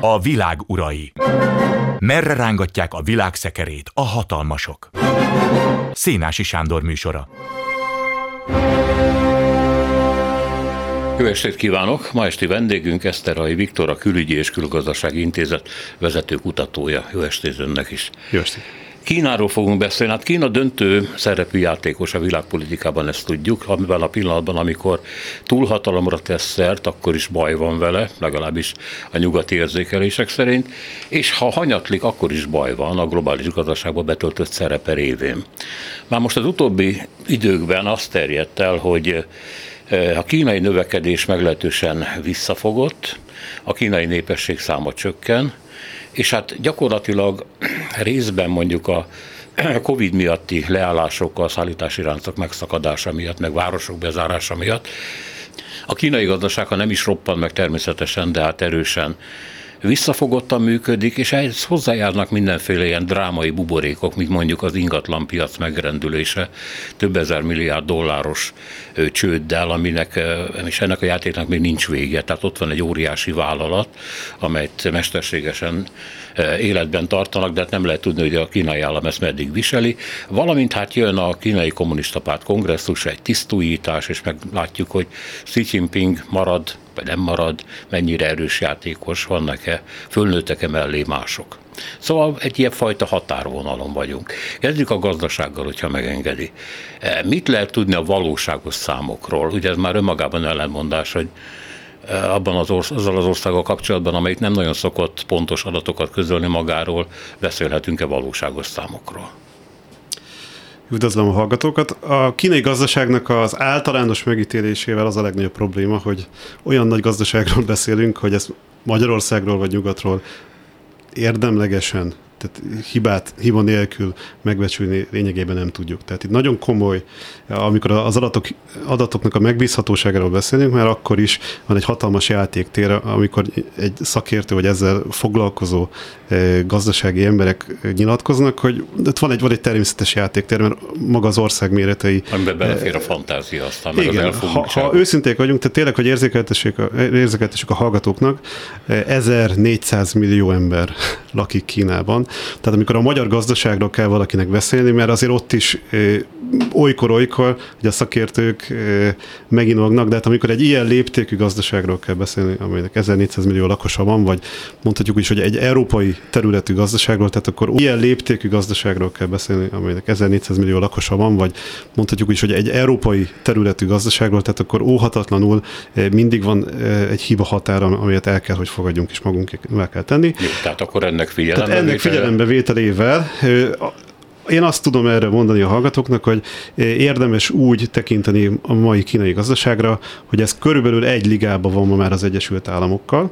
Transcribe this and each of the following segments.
A világ urai. Merre rángatják a világ szekerét a hatalmasok? Szénási Sándor műsora. Jó estét kívánok! Ma esti vendégünk Eszterhalyi Viktor, a Külügyi és Külgazdasági Intézet vezető kutatója. Jó estét önnek is! Jó estét! Kínáról fogunk beszélni. Hát Kína döntő szerepű játékos a világpolitikában, ezt tudjuk. Amiben a pillanatban, amikor túlhatalomra tesz szert, akkor is baj van vele, legalábbis a nyugati érzékelések szerint, és ha hanyatlik, akkor is baj van a globális gazdaságban betöltött szerepe révén. Már most az utóbbi időkben azt terjedt el, hogy a kínai növekedés meglehetősen visszafogott, a kínai népesség száma csökken, és hát gyakorlatilag részben mondjuk a Covid miatti leállásokkal, a szállítási láncok megszakadása miatt, meg városok bezárása miatt a kínai gazdaság, ha nem is roppan meg természetesen, de hát erősen visszafogottan működik, és ehhez hozzájárnak mindenféle ilyen drámai buborékok, mint mondjuk az ingatlanpiac megrendülése, több ezer milliárd dolláros csőddel, aminek, és ennek a játéknak még nincs vége. Tehát ott van egy óriási vállalat, amelyet mesterségesen életben tartanak, de hát nem lehet tudni, hogy a kínai állam ezt meddig viseli. Valamint hát jön a kínai kommunista párt kongresszus, egy tisztújítás, és meglátjuk, hogy Xi Jinping marad, vagy nem marad, mennyire erős játékos, vannak-e, fölnőttek-e mellé mások. Szóval egy ilyen fajta határvonalon vagyunk. Kezdjük a gazdasággal, hogyha megengedi. Mit lehet tudni a valóságos számokról? Ugye ez már önmagában ellentmondás, hogy abban azzal az országgal kapcsolatban, amelyik nem nagyon szokott pontos adatokat közölni magáról, beszélhetünk-e valóságos számokról? Üdvözlöm a hallgatókat. A kínai gazdaságnak az általános megítélésével az a legnagyobb probléma, hogy olyan nagy gazdaságról beszélünk, hogy ezt Magyarországról vagy nyugatról érdemlegesen, tehát hiba nélkül megbecsülni lényegében nem tudjuk. Tehát itt nagyon komoly, amikor az adatoknak a megbízhatóságáról beszélünk, mert akkor is van egy hatalmas játéktér, amikor egy szakértő vagy ezzel foglalkozó gazdasági emberek nyilatkoznak, hogy van egy természetes játéktér, mert maga az ország méretei... Amiben belefér a fantázia, aztán meg igen, az elfogultság. Ha őszinték vagyunk, tehát tényleg, hogy érzékeltessük a hallgatóknak, 1400 millió ember lakik Kínában. Tehát amikor a magyar gazdaságról kell valakinek beszélni, mert azért ott is olykor, hogy a szakértők meginognak, de hát amikor egy ilyen léptékű gazdaságról kell beszélni, amelynek 1400 millió lakosa van, vagy mondhatjuk is, hogy egy európai területű gazdaságról, tehát akkor ilyen léptékű gazdaságról kell beszélni, amelynek 1400 millió lakosa van, vagy mondhatjuk is, hogy egy európai területű gazdaságról, tehát akkor óhatatlanul mindig van egy hiba határa, amelyet el kell, hogy fogadjunk, és magunknak kell tenni. Jó, tehát akkor ennek figyelembevételével én azt tudom erre mondani a hallgatóknak, hogy érdemes úgy tekinteni a mai kínai gazdaságra, hogy ez körülbelül egy ligában van ma már az Egyesült Államokkal.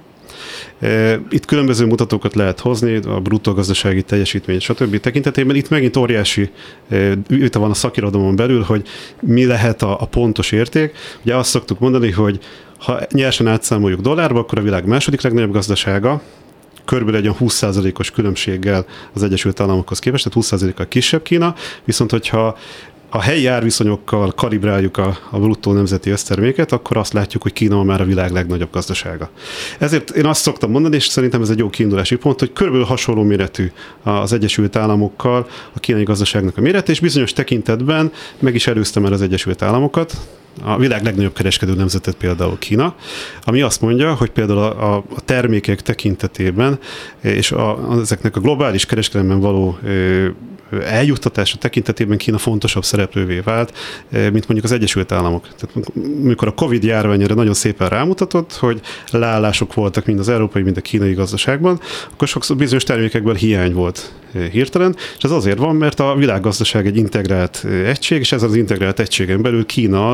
Itt különböző mutatókat lehet hozni, a bruttó gazdasági teljesítmény, stb. Tekintetében. Itt megint óriási vita van a szakirodalomon belül, hogy mi lehet a pontos érték. Ugye azt szoktuk mondani, hogy ha nyersen átszámoljuk dollárba, akkor a világ második legnagyobb gazdasága, körülbelül egy 20%-os különbséggel az Egyesült Államokhoz képest, tehát 20%-kal kisebb Kína, viszont hogyha a helyi árviszonyokkal kalibráljuk a bruttó nemzeti összterméket, akkor azt látjuk, hogy Kína már a világ legnagyobb gazdasága. Ezért én azt szoktam mondani, és szerintem ez egy jó kiindulási pont, hogy körülbelül hasonló méretű az Egyesült Államokkal a kínai gazdaságnak a méret, és bizonyos tekintetben meg is előzte már az Egyesült Államokat, a világ legnagyobb kereskedő nemzetet például Kína, ami azt mondja, hogy például a termékek tekintetében és ezeknek a globális kereskedelemben való eljuttatása tekintetében Kína fontosabb szereplővé vált, mint mondjuk az Egyesült Államok. Tehát amikor a Covid járvány erre nagyon szépen rámutatott, hogy leállások voltak mind az európai, mind a kínai gazdaságban, akkor sokszor bizonyos termékekből hiány volt hirtelen, és ez azért van, mert a világgazdaság egy integrált egység, és ez az integrált egységen belül Kína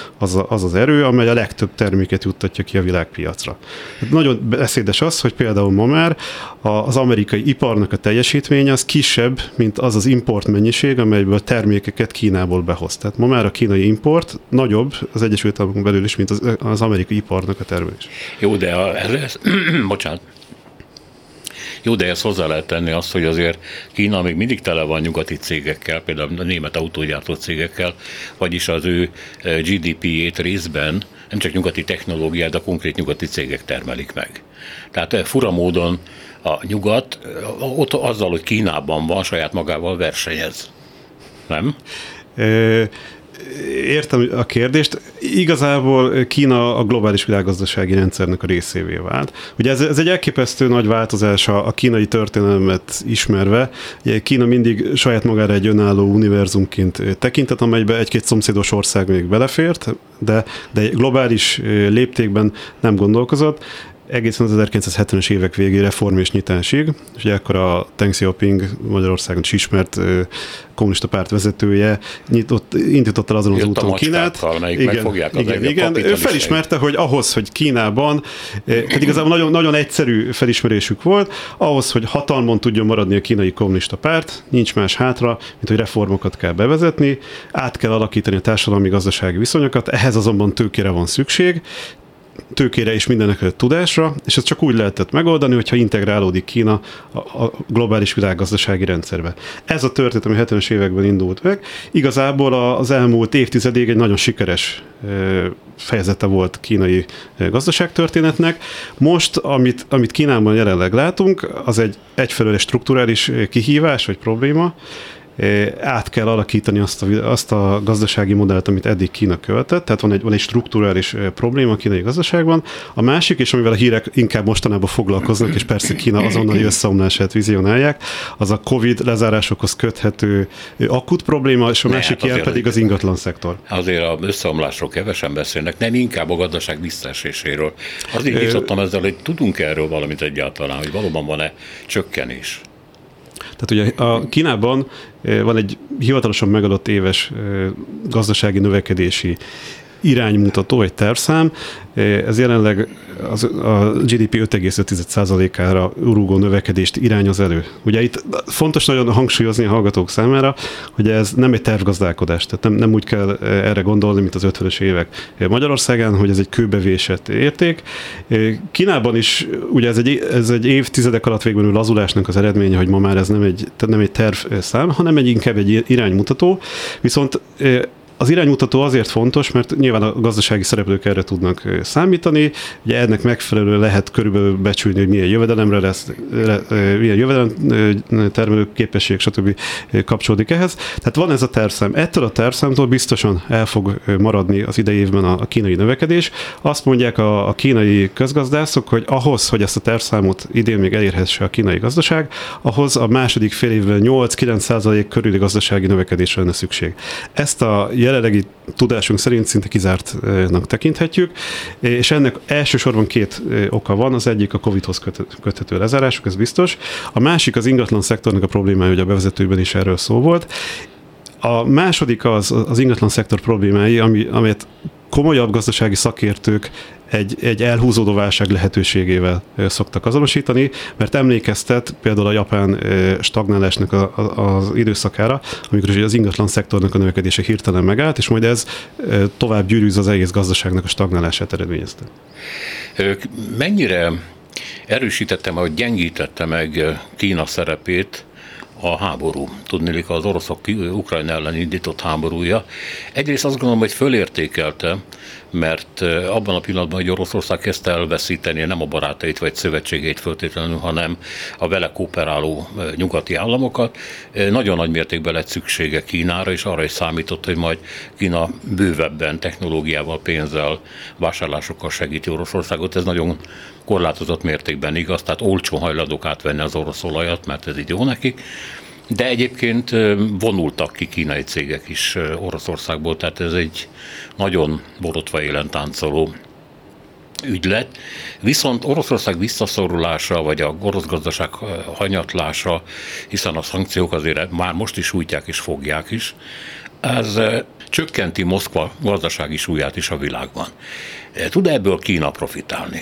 az erő, amely a legtöbb terméket juttatja ki a világpiacra. Nagyon beszédes az, hogy például ma már az amerikai iparnak a teljesítménye az kisebb, mint az import mennyiség, amelyből termékeket Kínából behoz. Tehát ma már a kínai import nagyobb az Egyesült Államokon belül is, mint az amerikai iparnak a termelés. Jó, de bocsánat. Jó, de ezt hozzá lehet tenni azt, hogy azért Kína még mindig tele van nyugati cégekkel, például a német autógyártó cégekkel, vagyis az ő GDP-jét részben nem csak nyugati technológiát, de konkrét nyugati cégek termelik meg. Tehát fura módon a nyugat ott azzal, hogy Kínában van, saját magával versenyez. Nem? Értem a kérdést. Igazából Kína a globális világgazdasági rendszernek a részévé vált. Ugye ez egy elképesztő nagy változás a kínai történelmet ismerve. Ugye Kína mindig saját magára egy önálló univerzumként tekintett, amelybe egy-két szomszédos ország még belefért, de globális léptékben nem gondolkozott. Egészen az 1970-es évek végé reform és nyitásig, és ugye akkor a Deng Xiaoping, Magyarországon is ismert kommunista párt vezetője indított el azon az úton Kínát. Igen. Ő felismerte, hogy ahhoz, hogy Kínában, tehát igazából nagyon, nagyon egyszerű felismerésük volt, ahhoz, hogy hatalmon tudjon maradni a kínai kommunista párt, nincs más hátra, mint hogy reformokat kell bevezetni, át kell alakítani a társadalmi-gazdasági viszonyokat, ehhez azonban tőkére van szükség, tőkére és mindenek tudásra, és ezt csak úgy lehetett megoldani, hogyha integrálódik Kína a globális világgazdasági rendszerbe. Ez a történet, ami 70-es években indult meg, igazából az elmúlt évtizedig egy nagyon sikeres fejezete volt kínai gazdaságtörténetnek. Most, amit Kínában jelenleg látunk, az egyfelől egy strukturális kihívás vagy probléma, át kell alakítani azt a gazdasági modellt, amit eddig Kína követett, tehát van egy strukturális probléma a kínai gazdaságban. A másik, és amivel a hírek inkább mostanában foglalkoznak, és persze Kína azonnali összeomlását vizionálják, az a Covid lezárásokhoz köthető akut probléma, és a másik ilyen pedig az ingatlan szektor. Azért az összeomlásról kevesen beszélnek, nem inkább a gazdaság visszaeséséről. Azért nyitottam ezzel, hogy tudunk erről valamit egyáltalán, hogy valóban van-e csökkenés. Tehát ugye a Kínában van egy hivatalosan megadott éves gazdasági növekedési iránymutató, egy tervszám. Ez jelenleg a GDP 5,5%-ára rúgó növekedést irányoz elő. Ugye itt fontos nagyon hangsúlyozni a hallgatók számára, hogy ez nem egy tervgazdálkodás, tehát nem úgy kell erre gondolni, mint az 50-es évek Magyarországon, hogy ez egy kőbevésett érték. Kínában is ugye ez egy évtizedek alatt végben lazulásnak az eredménye, hogy ma már ez nem egy tervszám, hanem inkább egy iránymutató, viszont az iránymutató azért fontos, mert nyilván a gazdasági szereplők erre tudnak számítani, ugye ennek megfelelően lehet körülbelül becsülni, hogy milyen jövedelemre lesz, milyen jövedelem termelő képesség, stb. Kapcsolódik ehhez. Tehát van ez a tervszám. Ettől a tervszámtól biztosan el fog maradni az idei évben a kínai növekedés. Azt mondják a kínai közgazdászok, hogy ahhoz, hogy ezt a tervszámot idén még elérhesse a kínai gazdaság, ahhoz a második fél évben 8-9% körüli gazdasági növekedésre lenne szükség. Ezt a jelenlegi tudásunk szerint szinte kizártnak tekinthetjük, és ennek elsősorban két oka van. Az egyik a Covid-hoz köthető lezárások, ez biztos. A másik az ingatlan szektornak a problémája, hogy a bevezetőben is erről szó volt. A második az ingatlan szektor problémái, amelyet komolyabb gazdasági szakértők egy elhúzódó válság lehetőségével szoktak azonosítani, mert emlékeztet például a japán stagnálásnak az időszakára, amikor az ingatlan szektornak a növekedése hirtelen megállt, és majd ez tovább gyűrűz az egész gazdaságnak a stagnálását eredményezte. Mennyire erősítette, vagy gyengítette meg Kína szerepét a háború? Tudniillik, az oroszok Ukrajna ellen indított háborúja. Egyrészt azt gondolom, hogy fölértékelte, mert abban a pillanatban, hogy Oroszország kezdte elveszíteni nem a barátait vagy szövetségeit föltétlenül, hanem a vele kooperáló nyugati államokat, nagyon nagy mértékben lett szüksége Kínára, és arra is számított, hogy majd Kína bővebben technológiával, pénzzel, vásárlásokkal segíti Oroszországot. Ez nagyon korlátozott mértékben igaz, tehát olcsó hajlandók átvenni az orosz olajat, mert ez így jó nekik. De egyébként vonultak ki kínai cégek is Oroszországból, tehát ez egy nagyon borotva élen táncoló ügylet. Viszont Oroszország visszaszorulása, vagy a orosz gazdaság hanyatlása, hiszen a szankciók azért már most is sújtják és fogják is, ez csökkenti Moszkva gazdasági súlyát is a világban. Tud ebből Kína profitálni?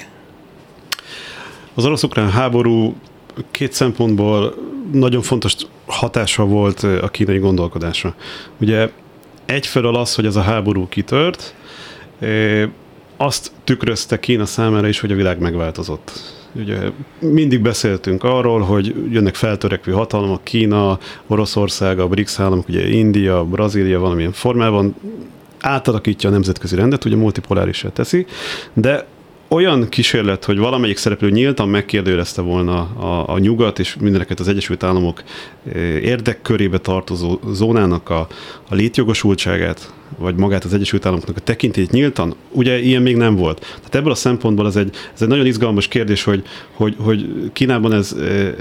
Az orosz-ukrán háború két szempontból nagyon fontos hatása volt a kínai gondolkodásra. Ugye egyfelől az, hogy ez a háború kitört, azt tükrözte Kína számára is, hogy a világ megváltozott. Ugye mindig beszéltünk arról, hogy jönnek feltörekvő hatalmak, Kína, Oroszország, a BRICS államok, ugye India, Brazília valamilyen formában átalakítja a nemzetközi rendet, ugye multipolárissá teszi, de olyan kísérlet, hogy valamelyik szereplő nyíltan megkérdőjelezte volna a nyugat és mindeneket az Egyesült Államok érdekkörébe tartozó zónának a létjogosultságát, vagy magát az Egyesült Államoknak a tekintélyét nyíltan, ugye ilyen még nem volt. Tehát ebből a szempontból ez egy nagyon izgalmas kérdés, hogy Kínában ez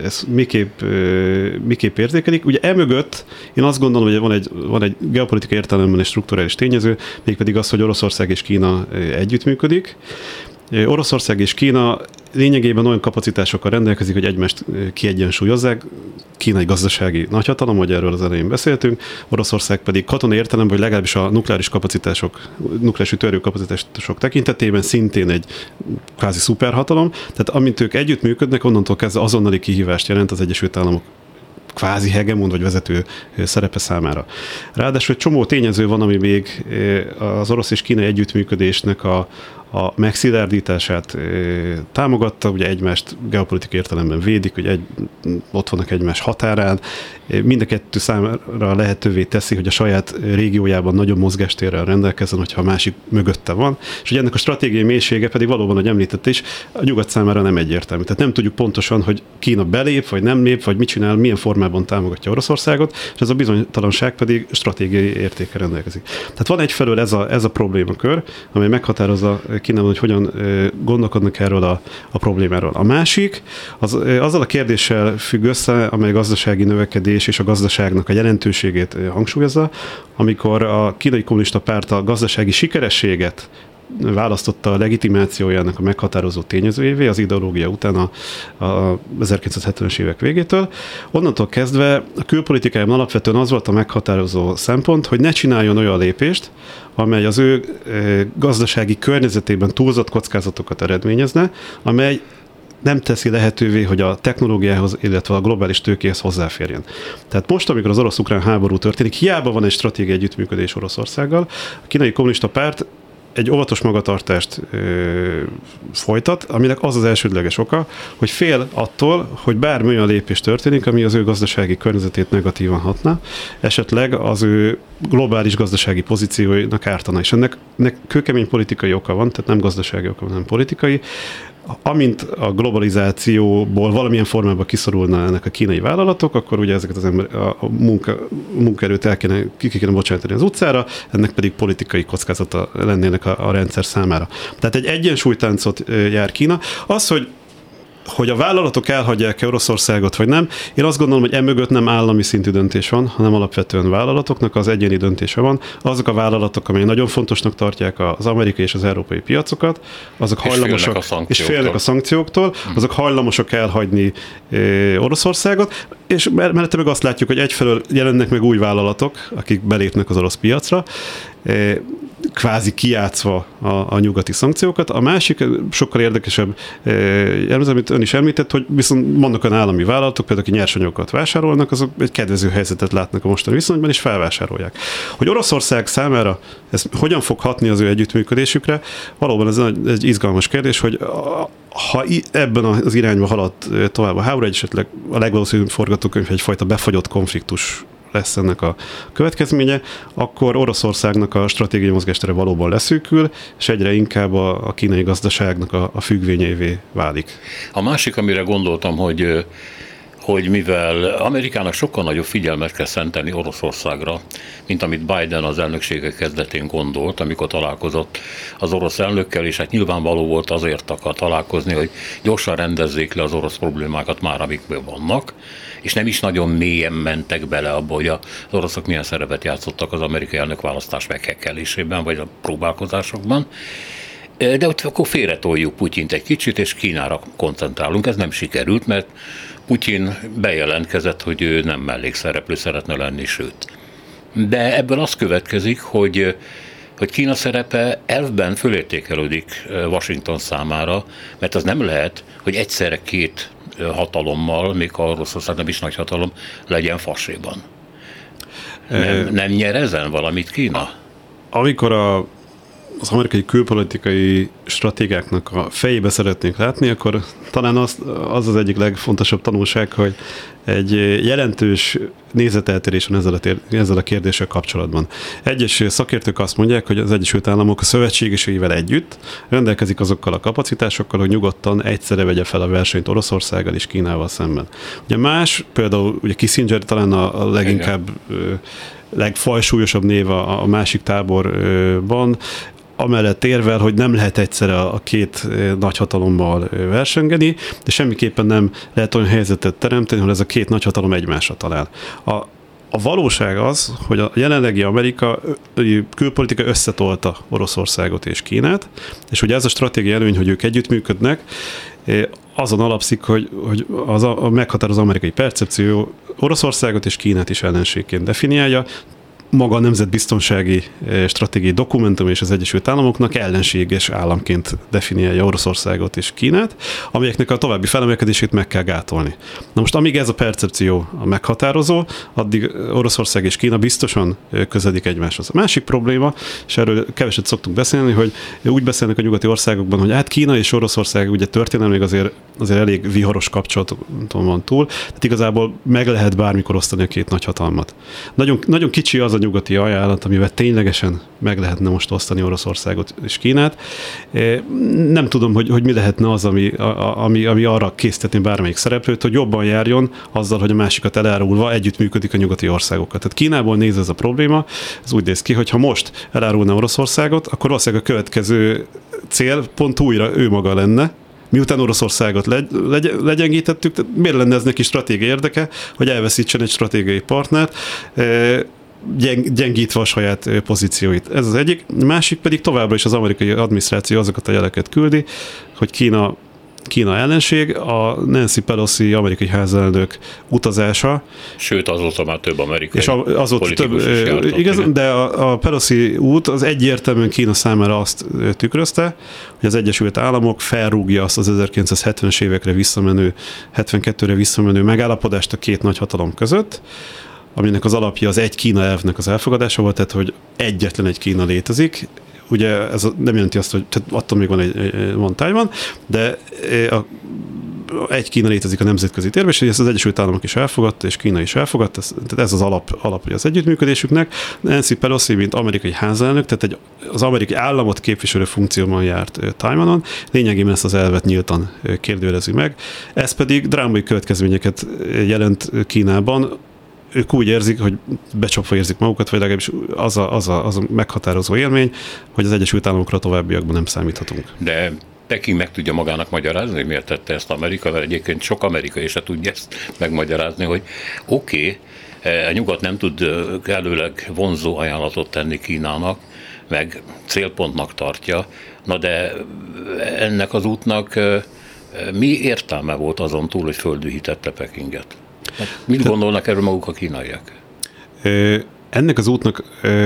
miképp érzékelik. Ugye emögött én azt gondolom, hogy van egy geopolitikai értelemben egy strukturális tényező, mégpedig az, hogy Oroszország és Kína együttműködik. Oroszország és Kína lényegében olyan kapacitásokkal rendelkezik, hogy egymást kiegyensúlyozzák. Kína egy gazdasági nagyhatalom, hogy erről az elején beszéltünk, Oroszország pedig katonai értelemben, vagy legalábbis a nukleáris ütőerőkapacitások tekintetében szintén egy kvázi szuperhatalom. Tehát amint ők együttműködnek, onnantól kezdve azonnali kihívást jelent az Egyesült Államok kvázi hegemon vagy vezető szerepe számára. Ráadásul egy csomó tényező van, ami még az orosz és kínai együttműködésnek a megszilárdítását támogatta, ugye egymást geopolitikai értelemben védik, hogy ott vannak egymás határán, mind a kettő számára lehetővé teszi, hogy a saját régiójában nagyobb mozgástérrel rendelkezzen, hogyha a másik mögötte van, és ugye ennek a stratégiai mélysége pedig valóban, hogy említett is, a nyugat számára nem egyértelmű. Tehát nem tudjuk pontosan, hogy Kína belép, vagy nem lép, vagy mit csinál, milyen formában támogatja Oroszországot, és ez a bizonytalanság pedig stratégiai értékkel rendelkezik. Tehát van egyfelől ez a problémakör, amely meghatározza Kínában, hogy hogyan gondolkodnak erről a problémáról. A másik, azzal a kérdéssel függ össze, amely gazdasági növekedés és a gazdaságnak a jelentőségét hangsúlyozza, amikor a Kínai Kommunista Párt a gazdasági sikerességet választotta a legitimációjának a meghatározó tényezőjévé az ideológia után a 1970-es évek végétől. Onnantól kezdve a külpolitikájában alapvetően az volt a meghatározó szempont, hogy ne csináljon olyan lépést, amely az ő gazdasági környezetében túlzott kockázatokat eredményezne, amely nem teszi lehetővé, hogy a technológiához, illetve a globális tőkéhez hozzáférjen. Tehát most, amikor az orosz-ukrán háború történik, hiába van egy stratégiai együttműködés Oroszországgal, a Kínai Kommunista Párt egy óvatos magatartást folytat, aminek az az elsődleges oka, hogy fél attól, hogy bármi olyan lépés történik, ami az ő gazdasági környezetét negatívan hatna, esetleg az ő globális gazdasági pozícióinak ártana. És ennek kőkemény politikai oka van, tehát nem gazdasági oka van, hanem politikai. Amint a globalizációból valamilyen formában kiszorulna ennek a kínai vállalatok, akkor ugye ezeket a munkaerőt ki kéne bocsátani az utcára, ennek pedig politikai kockázata lennének a rendszer számára. Tehát egy egyensúlytáncot jár Kína. Az, hogy a vállalatok elhagyják Oroszországot, vagy nem, én azt gondolom, hogy emögött nem állami szintű döntés van, hanem alapvetően vállalatoknak az egyéni döntése van. Azok a vállalatok, amelyek nagyon fontosnak tartják az amerikai és az európai piacokat, azok hajlamosak, és félnek a szankcióktól, azok hajlamosak elhagyni Oroszországot, és mellette meg azt látjuk, hogy egyfelől jelennek meg új vállalatok, akik belépnek az orosz piacra, kvázi kijátszva a nyugati szankciókat. A másik, sokkal érdekesebb jellemző, amit ön is említett, hogy viszont vannak olyan állami vállalatok, például aki nyersanyagokat vásárolnak, azok egy kedvező helyzetet látnak a mostani viszonyban, és felvásárolják. Hogy Oroszország számára ez hogyan fog hatni az ő együttműködésükre, valóban ez egy izgalmas kérdés, hogy ha ebben az irányba halad tovább a háború, esetleg a legvalószínűbb forgatókönyv egyfajta befagyott konfliktus lesz ennek a következménye, akkor Oroszországnak a stratégiai mozgástere valóban leszűkül, és egyre inkább a kínai gazdaságnak a függvényeivé válik. A másik, amire gondoltam, hogy mivel Amerikának sokkal nagyobb figyelmet kell szentelni Oroszországra, mint amit Biden az elnöksége kezdetén gondolt, amikor találkozott az orosz elnökkel, és hát nyilvánvaló volt, azért akar találkozni, hogy gyorsan rendezzék le az orosz problémákat már, amikből vannak, és nem is nagyon mélyen mentek bele abba, hogy az oroszok milyen szerepet játszottak az amerikai elnökválasztás meghekkelésében, vagy a próbálkozásokban. De ott akkor félretoljuk Putyint egy kicsit, és Kínára koncentrálunk. Ez nem sikerült, mert Putyin bejelentkezett, hogy ő nem mellékszereplő szeretne lenni, sőt. De ebből az következik, hogy Kína szerepe elvben fölértékelődik Washington számára, mert az nem lehet, hogy egyszerre két hatalommal, még ha Oroszország nem is nagy hatalom, legyen fasséban. Nem nyer ezen valamit Kína? Amikor a az amerikai külpolitikai stratégiáknak a fejébe szeretnénk látni, akkor talán az egyik legfontosabb tanulság, hogy egy jelentős nézeteltérés van ezzel a kérdéssel kapcsolatban. Egyes szakértők azt mondják, hogy az Egyesült Államok a szövetségeseivel együtt rendelkezik azokkal a kapacitásokkal, hogy nyugodtan egyszerre vegye fel a versenyt Oroszországgal és Kínával szemben. Ugye más, például ugye Kissinger talán a leginkább legfajsúlyosabb név a másik táborban, amellett érvel, hogy nem lehet egyszerre a két nagyhatalommal versengeni, de semmiképpen nem lehet olyan helyzetet teremteni, hogy ez a két nagyhatalom egymásra talál. A valóság az, hogy a jelenlegi külpolitika összetolta Oroszországot és Kínát, és ugye ez a stratégiai előny, hogy ők együttműködnek, azon alapszik, hogy a meghatározó amerikai percepció Oroszországot és Kínát is ellenségként definiálja. Maga a nemzetbiztonsági stratégiai dokumentum és az Egyesült Államoknak ellenséges államként definiálja Oroszországot és Kínát, amelyeknek a további felemelkedését meg kell gátolni. Na most amíg ez a percepció a meghatározó, addig Oroszország és Kína biztosan közeledik egymáshoz. A másik probléma, és erről keveset szoktunk beszélni, hogy úgy beszélnek a nyugati országokban, hogy hát Kína és Oroszország ugye történelmileg azért elég viharos kapcsolaton van túl, tehát igazából meg lehet bármikor osztani a két nagyhatalmat. Nagyon kicsi az a nyugati ajánlat, amivel ténylegesen meg lehetne most osztani Oroszországot és Kínát. Nem tudom, hogy mi lehetne az, ami arra késztetni bármelyik szereplőt, hogy jobban járjon azzal, hogy a másikat elárulva együttműködik a nyugati országokkal. Tehát Kínából néz ez a probléma, ez úgy néz ki, hogy ha most elárulna Oroszországot, akkor valószínűleg a következő cél pont újra ő maga lenne, miután Oroszországot legyengítettük, tehát miért lenne ez neki stratégiai érdeke, hogy elveszítsen egy stratégiai partnert, gyengítve a saját pozícióit. Ez az egyik. A másik pedig továbbra is az amerikai adminisztráció azokat a jeleket küldi, hogy Kína ellenség, a Nancy Pelosi amerikai házelnök utazása. Sőt, azóta már több amerikai politikus is jártak. Igaz, de a Pelosi út az egyértelműen Kína számára azt tükrözte, hogy az Egyesült Államok felrúgja azt az 1970-es évekre visszamenő, 72-re visszamenő megállapodást a két nagyhatalom között, aminek az alapja az egy Kína elvnek az elfogadása volt, tehát hogy egyetlen egy Kína létezik. Ugye ez nem jelenti azt, hogy attól még van Tajvan, de egy Kína létezik a nemzetközi térben, és ezt az Egyesült Államok is elfogadta, és Kína is elfogadta, tehát ez az alapja az együttműködésüknek. Nancy Pelosi, mint amerikai házelnök, tehát az amerikai államot képviselő funkcióban járt Tajvanon, lényegében ezt az elvet nyíltan kérdőjelezi meg. Ez pedig drámai következményeket jelent Kínában. Ők úgy érzik, hogy becsapva érzik magukat, vagy legalábbis az a meghatározó élmény, hogy az Egyesült Államokra továbbiakban nem számíthatunk. De Peking meg tudja magának magyarázni, hogy miért tette ezt Amerika, mert egyébként sok amerikai se tudja ezt megmagyarázni, hogy oké, a nyugat nem tud kellőleg vonzó ajánlatot tenni Kínának, meg célpontnak tartja, na de ennek az útnak mi értelme volt azon túl, hogy földühítette Pekinget? Mit gondolnak erről maguk a kínaiak? Ennek az útnak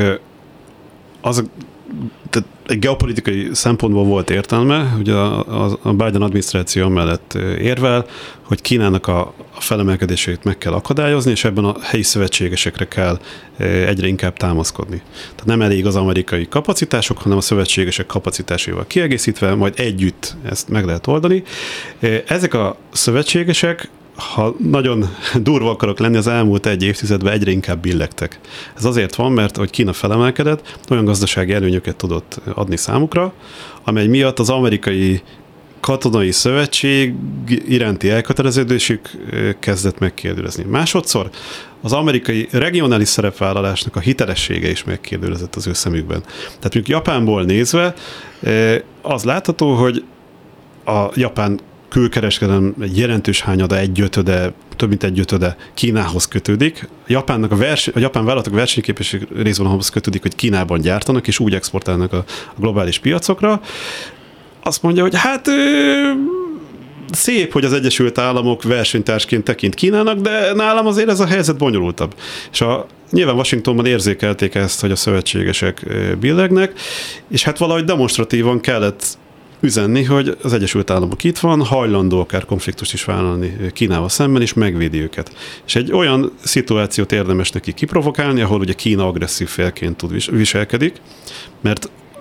tehát egy geopolitikai szempontból volt értelme, hogy a Biden adminisztráció mellett érvel, hogy Kínának a felemelkedését meg kell akadályozni, és ebben a helyi szövetségesekre kell egyre inkább támaszkodni. Tehát nem elég az amerikai kapacitások, hanem a szövetségesek kapacitásaival kiegészítve, majd együtt ezt meg lehet oldani. Ezek a szövetségesek, ha nagyon durva akarok lenni, az elmúlt egy évtizedben egyre inkább billegtek. Ez azért van, mert hogy Kína felemelkedett, olyan gazdasági előnyöket tudott adni számukra, amely miatt az amerikai katonai szövetség iránti elköteleződésük kezdett megkérdőlezni. Másodszor az amerikai regionális szerepvállalásnak a hitelessége is megkérdőlezett az ő szemükben. Tehát mondjuk Japánból nézve az látható, hogy a japán külkereskedelem egy jelentős hányada, több mint egy ötöde Kínához kötődik. A japán vállalatok versenyképesség részben ahhoz kötődik, hogy Kínában gyártanak, és úgy exportálnak a globális piacokra. Azt mondja, hogy hát szép, hogy az Egyesült Államok versenytársként tekint Kínának, de nálam azért ez a helyzet bonyolultabb. És nyilván Washingtonban érzékelték ezt, hogy a szövetségesek billegnek, és hát valahogy demonstratívan kellett üzenni, hogy az Egyesült Államok itt van, hajlandó akár konfliktust is vállalni Kínával szemben, és megvédi őket. És egy olyan szituációt érdemes neki kiprovokálni, ahol ugye Kína agresszív félként tud viselkedik, mert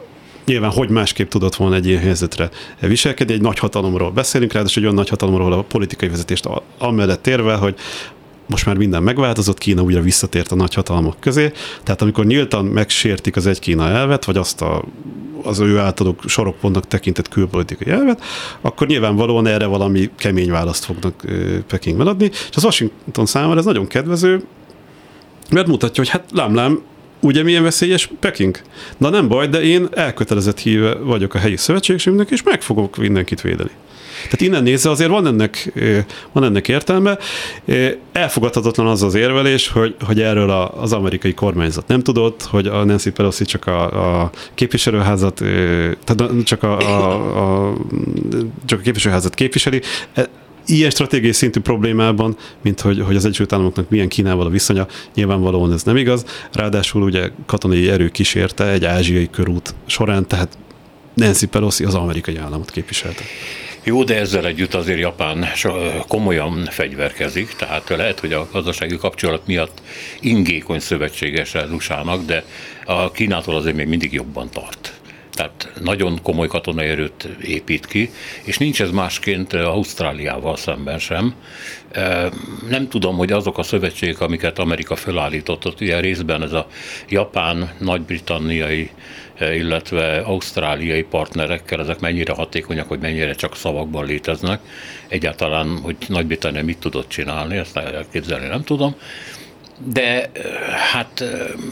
nyilván hogy másképp tudott volna egy ilyen helyzetre viselkedni. Egy nagyhatalomról beszélünk, ráadásul egy olyan nagyhatalomról, a politikai vezetést amellett érvel, hogy most már minden megváltozott, Kína újra visszatért a nagyhatalmak közé. Tehát amikor nyíltan megsértik az egy Kína elvet, vagy azt az ő általuk sorokpontnak tekintett külpolitikai elvet, akkor nyilvánvalóan erre valami kemény választ fognak Pekingben adni. És az Washington számára ez nagyon kedvező, mert mutatja, hogy hát lám, ugye milyen veszélyes Peking? Na nem baj, de én elkötelezett híve vagyok a helyi szövetségesemnek, és meg fogok mindenkit védeni. Tehát innen nézve azért van ennek értelme. Elfogadhatatlan az az érvelés, hogy erről az amerikai kormányzat nem tudott, hogy a Nancy Pelosi csak a képviselőházat, tehát csak a képviselőházat képviseli. Ilyen stratégiai szintű problémában, mint hogy az Egyesült Államoknak milyen Kínával a viszonya, nyilvánvalóan ez nem igaz. Ráadásul ugye katonai erő kísérte egy ázsiai körút során, tehát Nancy Pelosi az amerikai államot képviselte. Jó, de ezzel együtt azért Japán komolyan fegyverkezik, tehát lehet, hogy a gazdasági kapcsolat miatt ingékony szövetséges az USA-nak, de a Kínától azért még mindig jobban tart. Tehát nagyon komoly katonai erőt épít ki, és nincs ez másként Ausztráliával szemben sem. Nem tudom, hogy azok a szövetségek, amiket Amerika felállított, ott ugye részben ez a japán, nagy-britanniai, illetve ausztráliai partnerekkel, ezek mennyire hatékonyak, hogy mennyire csak szavakban léteznek. Egyáltalán, hogy Nagy-Britannia mit tudott csinálni, ezt elképzelni nem tudom. De hát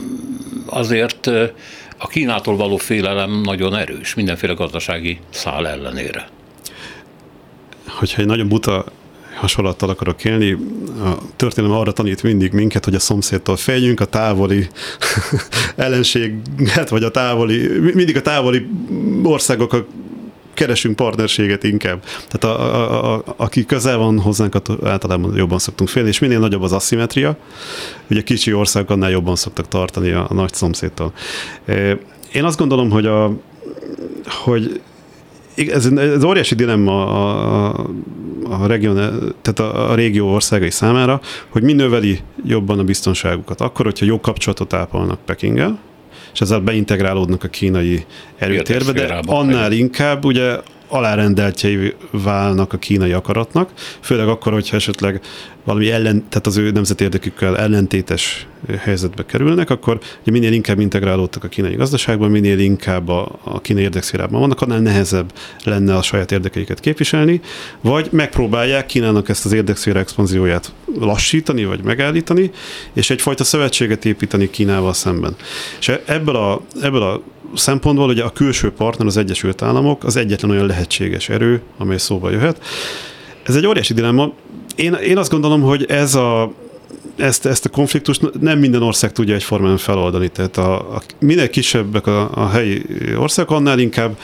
azért a Kínától való félelem nagyon erős, mindenféle gazdasági szál ellenére. Hogyha egy nagyon buta hasonlattal akarok élni, a történelem arra tanít mindig minket, hogy a szomszédtól féljünk, a távoli ellenséget, vagy mindig a távoli országokkal keresünk partnerséget inkább. Tehát aki közel van hozzánk, általában jobban szoktunk félni, és minél nagyobb az aszimmetria, ugye kicsi országok annál jobban szoktak tartani a nagy szomszédtól. Én azt gondolom, hogy ez óriási dilemma tehát a régió országai számára, hogy mi növeli jobban a biztonságukat. Akkor, hogyha jó kapcsolatot ápolnak Pekinggel, és ezzel beintegrálódnak a kínai erőtérbe, de annál inkább ugye alárendeltjei válnak a kínai akaratnak, főleg akkor, hogyha esetleg valami tehát az ő nemzeti érdekükkel ellentétes helyzetbe kerülnek, akkor ugye minél inkább integrálódtak a kínai gazdaságban, minél inkább a kínai érdekszférában vannak, annál nehezebb lenne a saját érdekeiket képviselni, vagy megpróbálják Kínának ezt az érdekszféra expanzióját lassítani, vagy megállítani, és egyfajta szövetséget építeni Kínával szemben. És ebből a szempontból ugye a külső partner, az Egyesült Államok az egyetlen olyan lehetséges erő, amely szóba jöhet. Ez egy óriási dilemma. Én azt gondolom, hogy ezt a konfliktust nem minden ország tudja egyformán feloldani. Tehát minél kisebbek a helyi országok, annál inkább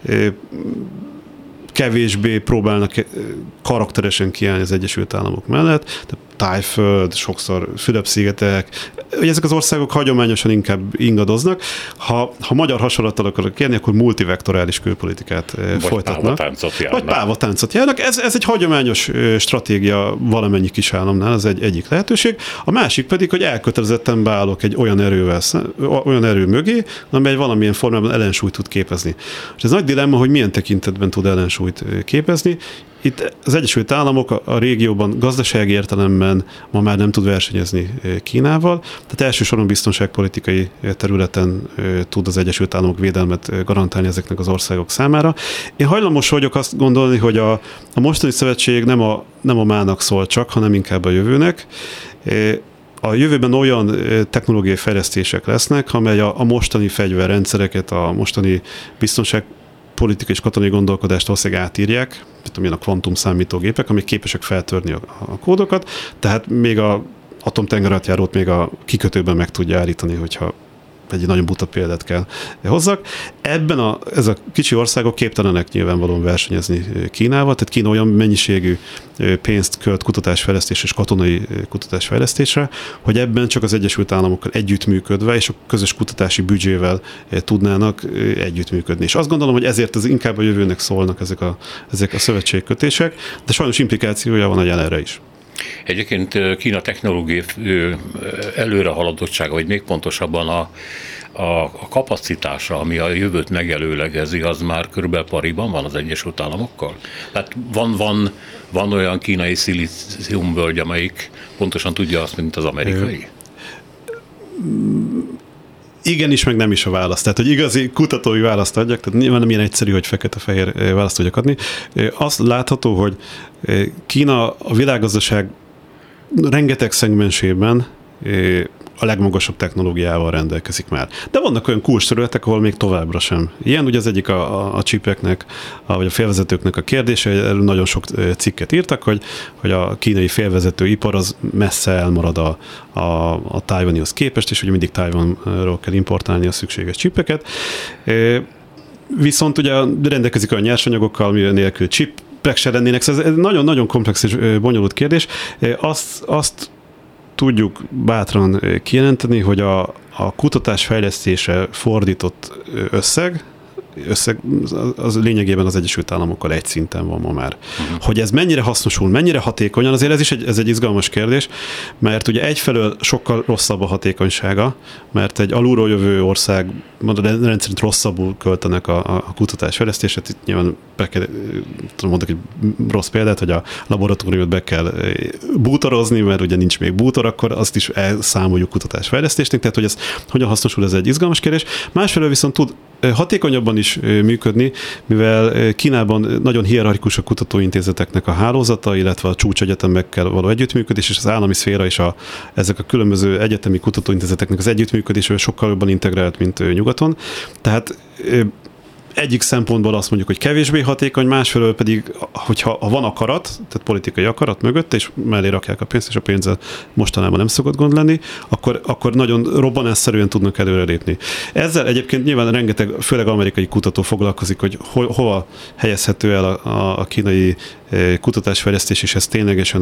kevésbé próbálnak karakteresen kiállni az Egyesült Államok mellett. Tájföld, sokszor Fülöp-szigetek, hogy ezek az országok hagyományosan inkább ingadoznak. Ha magyar hasonlattal akarok kérni, akkor multivektorális külpolitikát folytatnak. Vagy pávatáncot járnak. Ez egy hagyományos stratégia valamennyi kis államnál, ez egyik lehetőség. A másik pedig, hogy elkötelezetten beállok egy olyan erő mögé, amely valamilyen formában ellensúlyt tud képezni. És ez nagy dilemma, hogy milyen tekintetben tud ellensúlyt képezni. Itt az Egyesült Államok a régióban gazdasági értelemben ma már nem tud versenyezni Kínával, tehát elsősorban biztonságpolitikai területen tud az Egyesült Államok védelmet garantálni ezeknek az országok számára. Én hajlamos vagyok azt gondolni, hogy a mostani szövetség nem a mának szól csak, hanem inkább a jövőnek. A jövőben olyan technológiai fejlesztések lesznek, amely a mostani fegyverrendszereket, a mostani biztonságpolitikai és katonai gondolkodást valószínűleg átírják, mint a kvantum számítógépek, amik képesek feltörni a kódokat, tehát még a atomtengeralattjárót még a kikötőben meg tudja állítani, hogyha egy nagyon buta példát kell hozzak. Ez a kicsi országok képtelenek nyilvánvalóan versenyezni Kínával, tehát Kína olyan mennyiségű pénzt költ kutatásfejlesztésre és katonai kutatásfejlesztésre, hogy ebben csak az Egyesült Államokkal együttműködve és a közös kutatási büdzsével tudnának együttműködni. És azt gondolom, hogy ezért ez inkább a jövőnek szólnak ezek a szövetségkötések, de sajnos implikációja van a jelenre is. Egyébként Kína technológiai előrehaladottsága, vagy még pontosabban a kapacitása, ami a jövőt megelőlegezi, az már körülbelül pariban van az Egyesült Államokkal? Tehát van olyan kínai szilíciumvölgy, amelyik pontosan tudja azt, mint az amerikai? Igen is, meg nem is a válasz. Tehát, hogy igazi kutatói választ adjak, tehát nyilván nem ilyen egyszerű, hogy fekete-fehér választ tudjak adni. Azt látható, hogy Kína a világgazdaság rengeteg szegmensében a legmagasabb technológiával rendelkezik már. De vannak olyan kulcsterületek, ahol még továbbra sem. Ilyen ugye az egyik a chipeknek, vagy a félvezetőknek a kérdése, erről nagyon sok cikket írtak, hogy a kínai félvezető ipar az messze elmarad a tajvanihoz képest, és ugye mindig Tajvanról kell importálni a szükséges chipeket. Viszont ugye rendelkezik olyan nyersanyagokkal, ami nélkül chipek se lennének, szóval ez nagyon-nagyon komplex és bonyolult kérdés. Azt tudjuk bátran kijelenteni, hogy a kutatás fejlesztése fordított összeg az lényegében az Egyesült Államokkal egy szinten van ma már. Hogy ez mennyire hasznosul, mennyire hatékonyan, azért ez egy izgalmas kérdés, mert ugye egyfelől sokkal rosszabb a hatékonysága, mert egy alulról jövő ország rendszerint rosszabbul költenek a kutatás fejlesztését. Itt nyilván mondok egy rossz példát, hogy a laboratóriumot be kell bútorozni, mert ugye nincs még bútor, akkor azt is elszámoljuk kutatás fejlesztésnek, tehát hogy ez hogyan hasznosul, ez egy izgalmas kérdés. Másfelől viszont tud hatékonyabban is működni, mivel Kínában nagyon hierarchikus a kutatóintézeteknek a hálózata, illetve a csúcsegyetemekkel való együttműködés, és az állami szféra és ezek a különböző egyetemi kutatóintézeteknek az együttműködése sokkal jobban integrált, mint nyugaton. Tehát egyik szempontból azt mondjuk, hogy kevésbé hatékony, másfelől pedig, hogyha van akarat, tehát politikai akarat mögött, és mellé rakják a pénzt, és a pénzzel mostanában nem szokott gond lenni, akkor nagyon robbanásszerűen tudnak előrelépni. Ezzel egyébként nyilván rengeteg, főleg amerikai kutató foglalkozik, hogy hova helyezhető el a kínai kutatásfejlesztés, és ez ténylegesen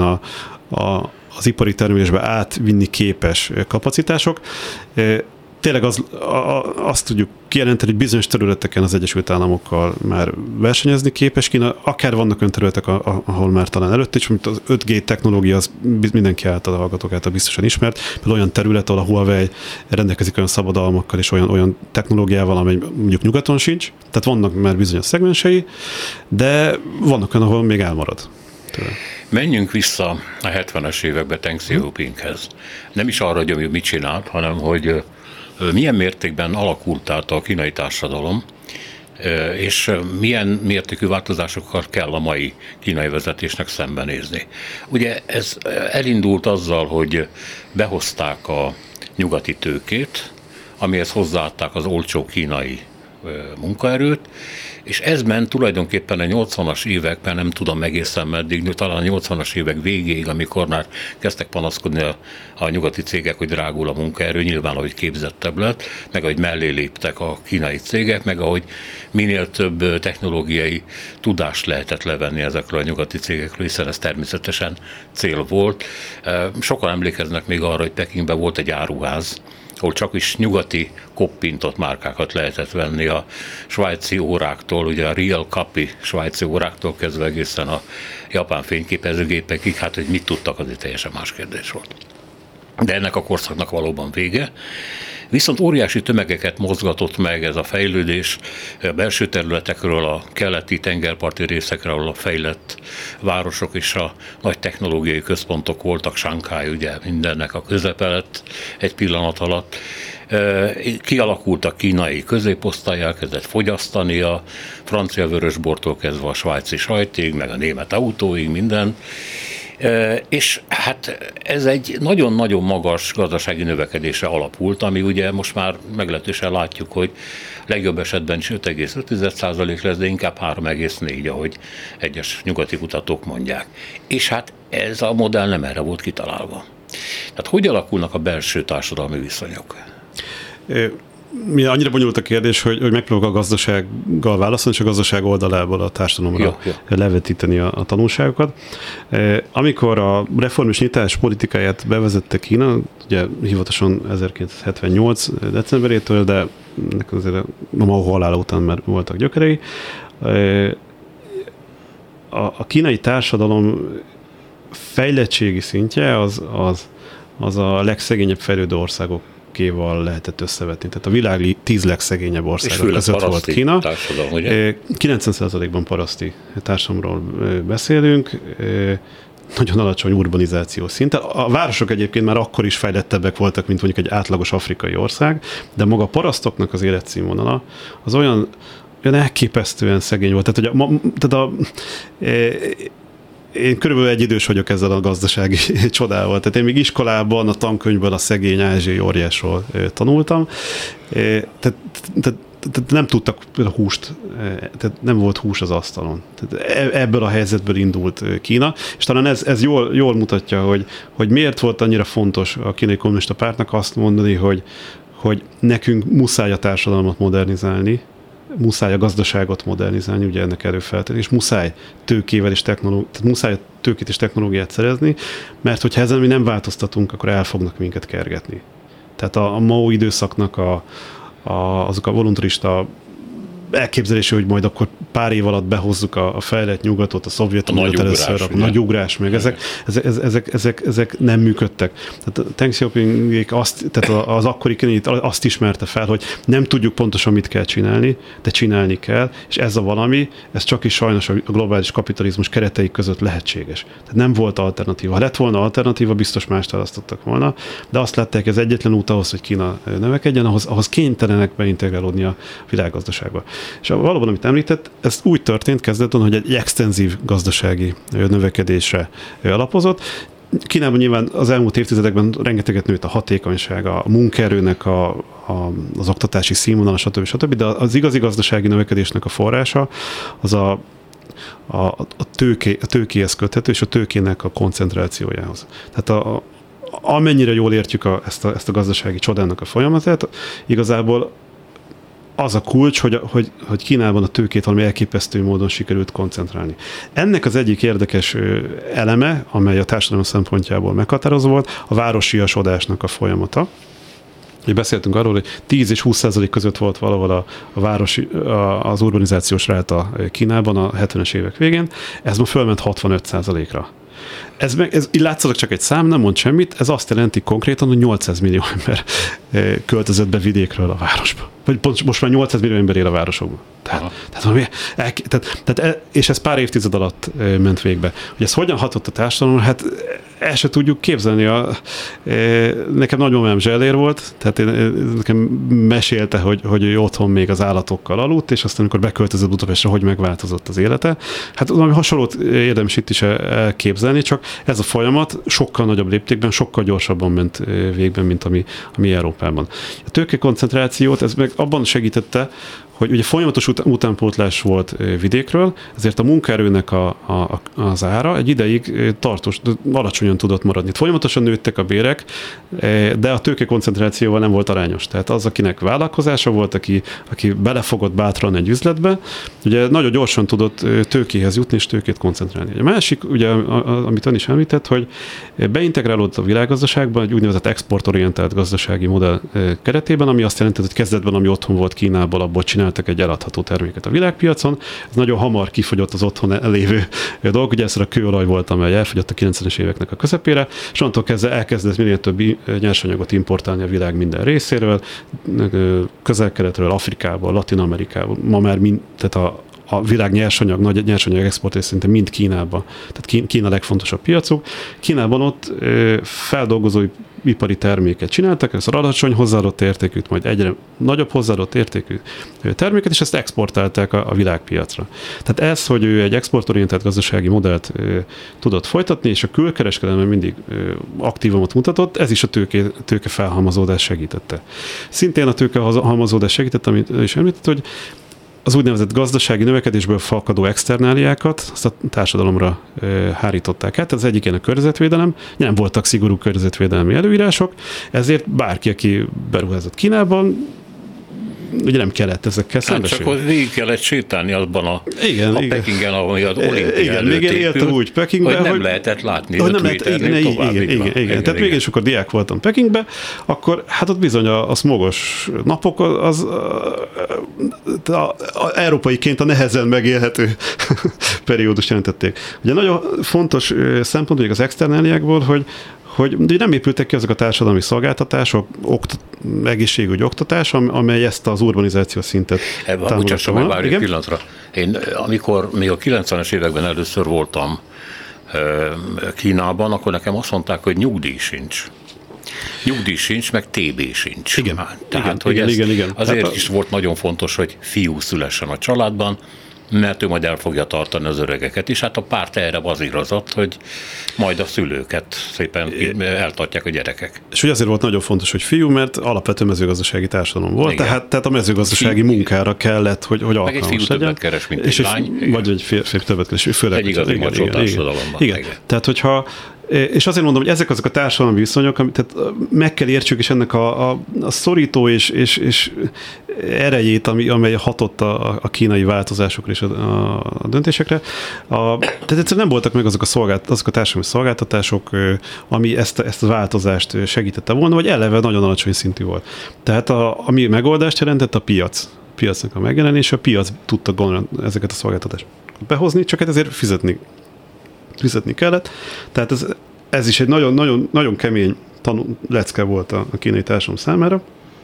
az ipari termelésbe átvinni képes kapacitások. Tényleg azt tudjuk kijelenteni, hogy bizonyos területeken az Egyesült Államokkal már versenyezni képes Kína, akár vannak olyan területek, ahol már talán előtt is, mint az 5G technológia, az mindenki által, a hallgatók által biztosan ismert, például olyan terület, ahol a Huawei rendelkezik olyan szabadalmakkal és olyan technológiával, amely mondjuk nyugaton sincs, tehát vannak már bizonyos szegmensei, de vannak olyan, ahol még elmarad. Menjünk vissza a 70-es évekbe Deng Xiaopinghez. Nem is arra, hogy mit csinált, hanem hogy milyen mértékben alakult át a kínai társadalom, és milyen mértékű változásokkal kell a mai kínai vezetésnek szembenézni. Ugye ez elindult azzal, hogy behozták a nyugati tőkét, amihez hozzáadták az olcsó kínai munkaerőt, és ez ment tulajdonképpen a 80-as években, nem tudom egészen meddig, talán a 80-as évek végéig, amikor már kezdtek panaszkodni a nyugati cégek, hogy drágul a munkaerő, nyilván, ahogy képzettebb lett, meg ahogy mellé léptek a kínai cégek, meg ahogy minél több technológiai tudást lehetett levenni ezekről a nyugati cégekről, hiszen ez természetesen cél volt. Sokan emlékeznek még arra, hogy Pekingben volt egy áruház, ahol csak is nyugati koppintott márkákat lehetett venni a svájci óráktól, ugye a Real Copy svájci óráktól kezdve egészen a japán fényképezőgépekig, hát hogy mit tudtak, az egy teljesen más kérdés volt. De ennek a korszaknak valóban vége. Viszont óriási tömegeket mozgatott meg ez a fejlődés a belső területekről, a keleti tengerparti részekről, ahol a fejlett városok és a nagy technológiai központok voltak, Shanghai ugye mindennek a közepe lett egy pillanat alatt. Kialakult a kínai középosztály, elkezdett fogyasztani a francia vörösbortól kezdve a svájci sajtig, meg a német autóig, minden. És hát ez egy nagyon-nagyon magas gazdasági növekedésre alapult, ami ugye most már meglehetősen látjuk, hogy legjobb esetben is 5,5% lesz, de inkább 3,4, ahogy egyes nyugati kutatók mondják. És hát ez a modell nem erre volt kitalálva. Tehát hogy alakulnak a belső társadalmi viszonyok? Annyira bonyolult a kérdés, hogy megpróbálok a gazdasággal válaszolni, és a gazdaság oldalából a társadalomra levetíteni a tanulságokat. Amikor a reformos nyitás politikáját bevezette Kína, ugye hivatalosan 1978. decemberétől, de azért a Mao halála után már voltak gyökerei, a kínai társadalom fejlettségi szintje az a legszegényebb fejlődő országok országokéval lehetett összevetni. Tehát a világ 10 legszegényebb országok között volt Kína. 90%-ban paraszti társadalomról beszélünk, nagyon alacsony urbanizációs szint. A városok egyébként már akkor is fejlettebbek voltak, mint mondjuk egy átlagos afrikai ország, de maga a parasztoknak az életszínvonala az olyan elképesztően szegény volt. Én körülbelül egy idős vagyok ezzel a gazdasági csodával. Tehát én még iskolában, a tankönyvből a szegény ázsiai óriásról tanultam. Tehát nem tudtak húst, tehát nem volt hús az asztalon. Tehát ebből a helyzetből indult Kína, és talán ez jól mutatja, hogy miért volt annyira fontos a Kínai Kommunista Pártnak azt mondani, hogy nekünk muszáj a társadalmat modernizálni, muszáj a gazdaságot modernizálni, ugye ennek előfeltétele, és muszáj tőkével és muszáj tőkét és technológiát szerezni, mert hogyha ezen mi nem változtatunk, akkor el fognak minket kergetni. Tehát a Mao időszaknak azok a voluntarista elképzelése, hogy majd akkor pár év alatt behozzuk a fejlett nyugatot, a Szovjetuniót először, a nagy ugrás, meg ezek nem működtek. Tehát Deng Xiaoping tehát az akkori kínai azt ismerte fel, hogy nem tudjuk pontosan mit kell csinálni, de csinálni kell, és ez a valami, ez csak is sajnos a globális kapitalizmus keretei között lehetséges. Tehát nem volt alternatíva. Ha lett volna alternatíva, biztos mást választottak volna, de azt látták, ez egyetlen út ahhoz, hogy Kína növekedjen, ahhoz kénytelenek beintegrálódni a világgazdaságba. És valóban, amit említett, ez úgy történt kezdetben, hogy egy extenzív gazdasági növekedésre alapozott. Kínában nyilván az elmúlt évtizedekben rengeteget nőtt a hatékonyság, a munkaerőnek az oktatási színvonal, stb. De az igazi gazdasági növekedésnek a forrása az a tőkéhez köthető, és a tőkének a koncentrációjához. Tehát amennyire jól értjük ezt a gazdasági csodának a folyamatát, igazából az a kulcs, hogy Kínában a tőkét valami elképesztő módon sikerült koncentrálni. Ennek az egyik érdekes eleme, amely a társadalom szempontjából meghatározó volt, a városiasodásnak a folyamata. Beszéltünk arról, hogy 10 és 20% között volt valahol az urbanizációs ráta Kínában a 70-es évek végén, ez ma fölment 65%-ra. Ez így látszanak csak egy szám, nem mond semmit, ez azt jelenti konkrétan, hogy 800 millió ember költözött be vidékről a városba. Vagy most már 800 millió ember él a városokban. És ez pár évtized alatt ment végbe. Hogy ez hogyan hatott a társadalomra, hát el se tudjuk képzelni. Nekem nagymamám zsellér volt, tehát nekem mesélte, hogy ő otthon még az állatokkal aludt, és aztán, amikor beköltözött Budapestre, hogy megváltozott az élete. Hát valami hasonlót érdemes itt is elképzelni, csak ez a folyamat sokkal nagyobb léptékben, sokkal gyorsabban ment végben, mint ami Európában. A tőkekoncentrációt ez meg abban segítette, hogy ugye folyamatos utánpótlás volt vidékről, ezért a munkaerőnek az ára egy ideig alacsonyan tudott maradni. Folyamatosan nőttek a bérek, de a tőkekoncentrációval nem volt arányos. Tehát az, akinek vállalkozása volt, aki belefogott bátran egy üzletbe, ugye nagyon gyorsan tudott tőkéhez jutni és tőkét koncentrálni. A másik, ugye, amit ön is említett, hogy beintegrálódott a világgazdaságban egy úgynevezett exportorientált gazdasági modell keretében, ami azt jelenti, hogy kezdetben, ami otthon volt Kínából, abból csináltak egy eladható terméket a világpiacon. Ez nagyon hamar kifogyott az otthon elévő dolog. Ugye ez a kőolaj volt, amely elfogyott a 90-es éveknek a közepére, és onnantól kezdve elkezdett minél több nyersanyagot importálni a világ minden részéről, Közel-Keletről, Afrikából, Latin-Amerikából. Ma már tehát a világ nagy nyersanyag export szinte mind Kínába. Tehát Kína legfontosabb piacuk. Kínában ott feldolgozói ipari terméket csináltak, ez alacsony hozzáadott értékűt, majd egyre nagyobb hozzáadott értékű terméket, és ezt exportálták a világpiacra. Tehát ez, hogy ő egy exportorientált gazdasági modellt tudott folytatni, és a külkereskedelemben mindig aktívumot mutatott, ez is a tőke felhalmozódás segítette. Szintén a tőke halmozódás segített, amit is említett, hogy az úgynevezett gazdasági növekedésből fakadó externáliákat azt a társadalomra hárították át. Az egyik ilyen a környezetvédelem, nem voltak szigorú környezetvédelmi előírások, ezért bárki, aki beruházott Kínában, ugye nem kellett ezekkel szembesülni. Csak végig kellett sétálni abban a Pekingen, ahol az olimpia előtt épült, úgy Pekingben, hogy nem lehetett látni. Igen. Tehát mégis, akkor diák voltam Pekingben, akkor hát ott bizony a szmogos napok az európaiként a nehezen megélhető periódus jelentették. Ugye nagyon fontos szempont az externáliákból, hogy nem épültek ki azok a társadalmi szolgáltatások, egészségügy, oktatás, amely ezt az urbanizáció szintet támogatta. Bocsásson meg, várj egy pillanatra. Én amikor még a 90-es években először voltam Kínában, akkor nekem azt mondták, hogy nyugdíj sincs. Nyugdíj sincs, meg TB sincs. Igen. Tehát, igen. Azért is volt nagyon fontos, hogy fiú szülessen a családban, mert ő majd el fogja tartani az öregeket is. Hát a párt erre bazírozott, hogy majd a szülőket szépen eltartják a gyerekek. És hogy azért volt nagyon fontos, hogy fiú, mert alapvető mezőgazdasági társadalom volt, tehát a mezőgazdasági munkára kellett, hogy alkalmas legyen. Meg egy fiú többet keres, mint egy lány. Vagy egy férfi többet keres, főleg. Egy igazi macsó társadalomban. Igen. Tehát, hogyha és azért mondom, hogy ezek azok a társadalmi viszonyok, amit tehát meg kell értsük, és ennek a szorító és erejét, amely hatott a kínai változásokra és a döntésekre. Tehát egyszerűen nem voltak meg azok a társadalmi szolgáltatások, ami ezt a változást segítette volna, vagy eleve nagyon alacsony szintű volt. Tehát ami megoldást jelentett, a piacnak a megjelenése, a piac tudta gondolni ezeket a szolgáltatásokat behozni, csak ezért fizetni kellett. Tehát ez is egy nagyon, nagyon kemény lecke volt a kínai társadalom számára,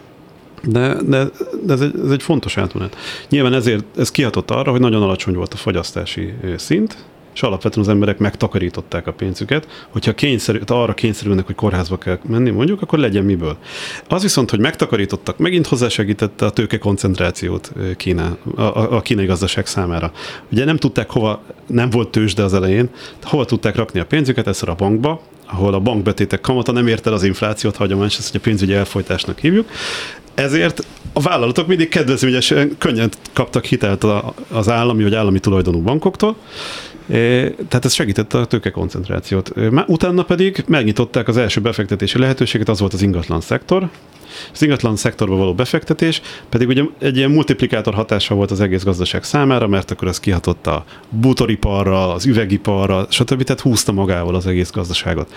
de ez egy fontos átmenet. Nyilván ezért ez kihatott arra, hogy nagyon alacsony volt a fogyasztási szint, és alapvetően az emberek megtakarították a pénzüket, hogyha arra kényszerülnek, hogy kórházba kell menni, mondjuk, akkor legyen miből. Az viszont, hogy megtakarítottak, megint hozzásegítette a tőke koncentrációt a kínai gazdaság számára. Ugye nem volt tőzsde az elején, hova tudták rakni a pénzüket, először a bankba, ahol a bankbetétek kamata nem ért el az inflációt, hagyományos, ezt a pénzügyi elfojtásnak hívjuk. Ezért a vállalatok mindig kedvezményesen könnyen kaptak hitelt az állami vagy állami tulajdonú bankoktól, tehát ez segítette a tőkekoncentrációt. Utána pedig megnyitották az első befektetési lehetőséget, az volt az ingatlan szektor. Az ingatlan szektorba való befektetés pedig ugye egy ilyen multiplikátor hatása volt az egész gazdaság számára, mert akkor ez kihatott a bútoriparra, az üvegiparra, stb. Tehát húzta magával az egész gazdaságot.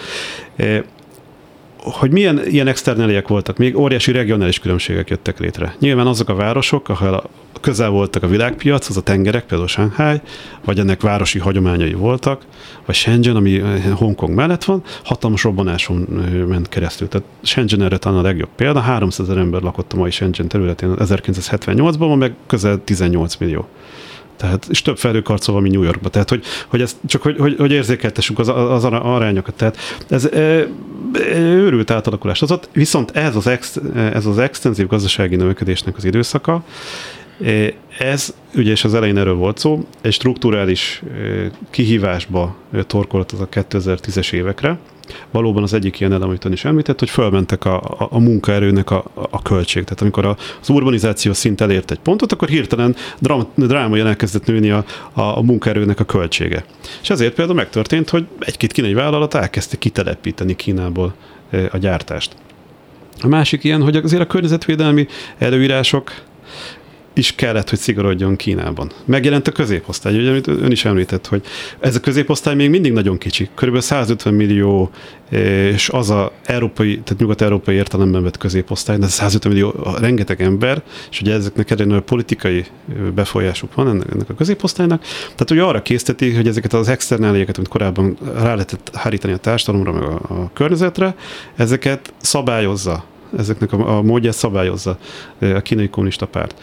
Hogy milyen ilyen externáliák voltak, még óriási regionális különbségek jöttek létre. Nyilván azok a városok, ahol közel voltak a világpiac, az a tengerek, például Shanghai, vagy ennek városi hagyományai voltak, vagy Shenzhen, ami Hongkong mellett van, hatalmas robbanáson ment keresztül. Tehát Shenzhen erre talán a legjobb példa, 300 000 ember lakott a mai Shenzhen területén 1978-ban, meg közel 18 millió. Tehát, és több felhőkarcolva, mint New Yorkban. Tehát, hogy ezt csak hogy érzékeltessük az arányokat. Tehát ez őrült átalakulás. Viszont ez az extenzív gazdasági növekedésnek az időszaka, ez, ugye, és az elején erről volt szó, egy strukturális kihívásba torkolt az a 2010-es évekre. Valóban az egyik ilyen elem, amit ön is említett, hogy fölmentek a munkaerőnek a költség. Tehát amikor az urbanizáció szint elért egy pontot, akkor hirtelen drámaian elkezdett nőni a munkaerőnek a költsége. És ezért például megtörtént, hogy egy-két kínai vállalat elkezdte kitelepíteni Kínából a gyártást. A másik ilyen, hogy azért a környezetvédelmi előírások is kellett, hogy szigorodjon Kínában. Megjelent a középosztály, ugye, amit ön is említett, hogy ez a középosztály még mindig nagyon kicsi. Körülbelül 150 millió, és az a európai, tehát nyugat-európai értelemben vett középosztály, de 150 millió rengeteg ember, és ugye ezeknek egy politikai befolyásuk van ennek a középosztálynak. Tehát ugye arra készteti, hogy ezeket az externáliákat, amit korábban rá lehetett hárítani a társadalomra, meg a környezetre, ezeket szabályozza. Ezeknek a módját szabályozza a kínai kommunista párt.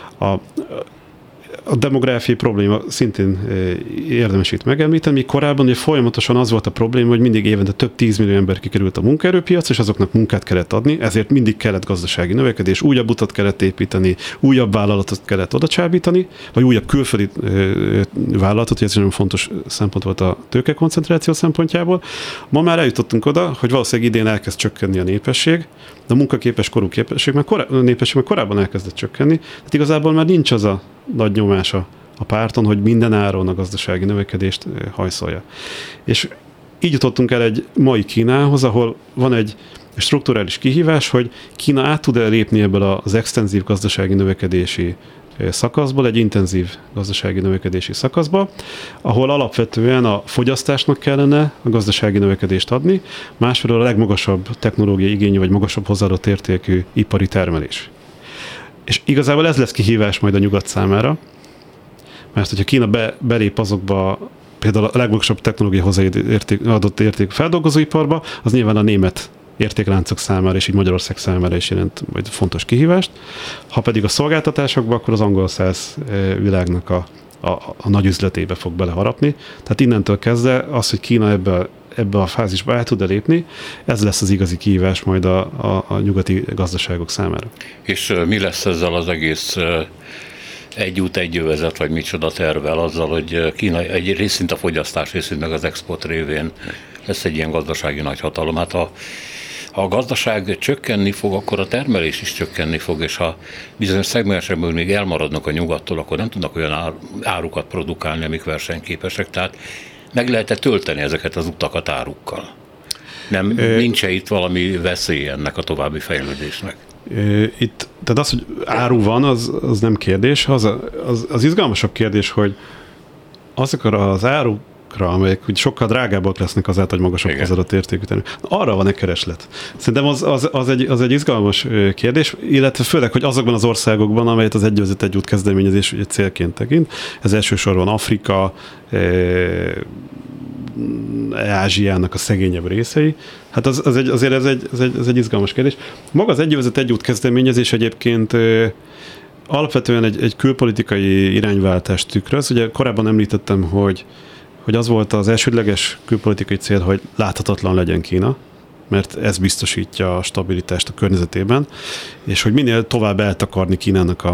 A demográfiai probléma szintén érdemes itt megemlíteni, míg korábban ugye folyamatosan az volt a probléma, hogy mindig évente több 10 millió ember kikerült a munkaerőpiac, és azoknak munkát kellett adni, ezért mindig kellett gazdasági növekedés, újabb utat kellett építeni, újabb vállalatot kellett odacsábítani, vagy újabb külföldi vállalatot, hogy ez nagyon fontos szempont volt a tőkekoncentráció szempontjából. Ma már eljutottunk oda, hogy valószínűleg idén elkezd csökkenni a népesség, de a munkaképes korú népesség már korábban elkezdett csökkenni, tehát igazából már nincs az a nagy nyomása a párton, hogy minden áron a gazdasági növekedést hajszolja. És így jutottunk el egy mai Kínához, ahol van egy strukturális kihívás, hogy Kína át tud-e lépni ebből az extenzív gazdasági növekedési szakaszból egy intenzív gazdasági növekedési szakaszba, ahol alapvetően a fogyasztásnak kellene a gazdasági növekedést adni, másfelől a legmagasabb technológiai igényű vagy magasabb hozzáadott értékű ipari termelés. És igazából ez lesz kihívás majd a nyugat számára, mert hogyha Kína belép azokba például a legmagasabb technológiai hozzáadott érték feldolgozóiparba, az nyilván a német értékláncok számára és így Magyarország számára is jelent majd fontos kihívást. Ha pedig a szolgáltatásokba, akkor az angol száz világnak a nagy üzletébe fog beleharapni. Tehát innentől kezdve az, hogy Kína ebbe a fázisba el tud lépni, ez lesz az igazi kihívás majd a nyugati gazdaságok számára. És mi lesz ezzel az egész egy út, egy övezet, vagy micsoda tervvel azzal, hogy Kína egy részint a fogyasztás, részint meg az export révén lesz egy ilyen gazdasági nagyhatalom. Hát ha a gazdaság csökkenni fog, akkor a termelés is csökkenni fog, és ha bizonyos szegmensekből még elmaradnak a nyugattól, akkor nem tudnak olyan árukat produkálni, amik versenyképesek. Tehát meg lehet-e tölteni ezeket az utakat árukkal? Nincs-e itt valami veszély ennek a további fejlődésnek? Tehát az, hogy áru van, az nem kérdés. Az izgalmasabb kérdés, hogy azokra az árukra, amelyek sokkal drágábbak lesznek azáltal, hogy magasabb hozzáadott értékű termék. Arra van-e kereslet? Szerintem az egy izgalmas kérdés, illetve főleg, hogy azokban az országokban, amelyet az Egy út kezdeményezés célként tekint, ez elsősorban Afrika, Ázsiának a szegényebb részei. Hát azért ez egy izgalmas kérdés. Maga az Egy út kezdeményezés egyébként alapvetően egy külpolitikai irányváltást tükröz. Ugye korábban említettem, hogy az volt az elsődleges külpolitikai cél, hogy láthatatlan legyen Kína, mert ez biztosítja a stabilitást a környezetében, és hogy minél tovább eltakarni Kínának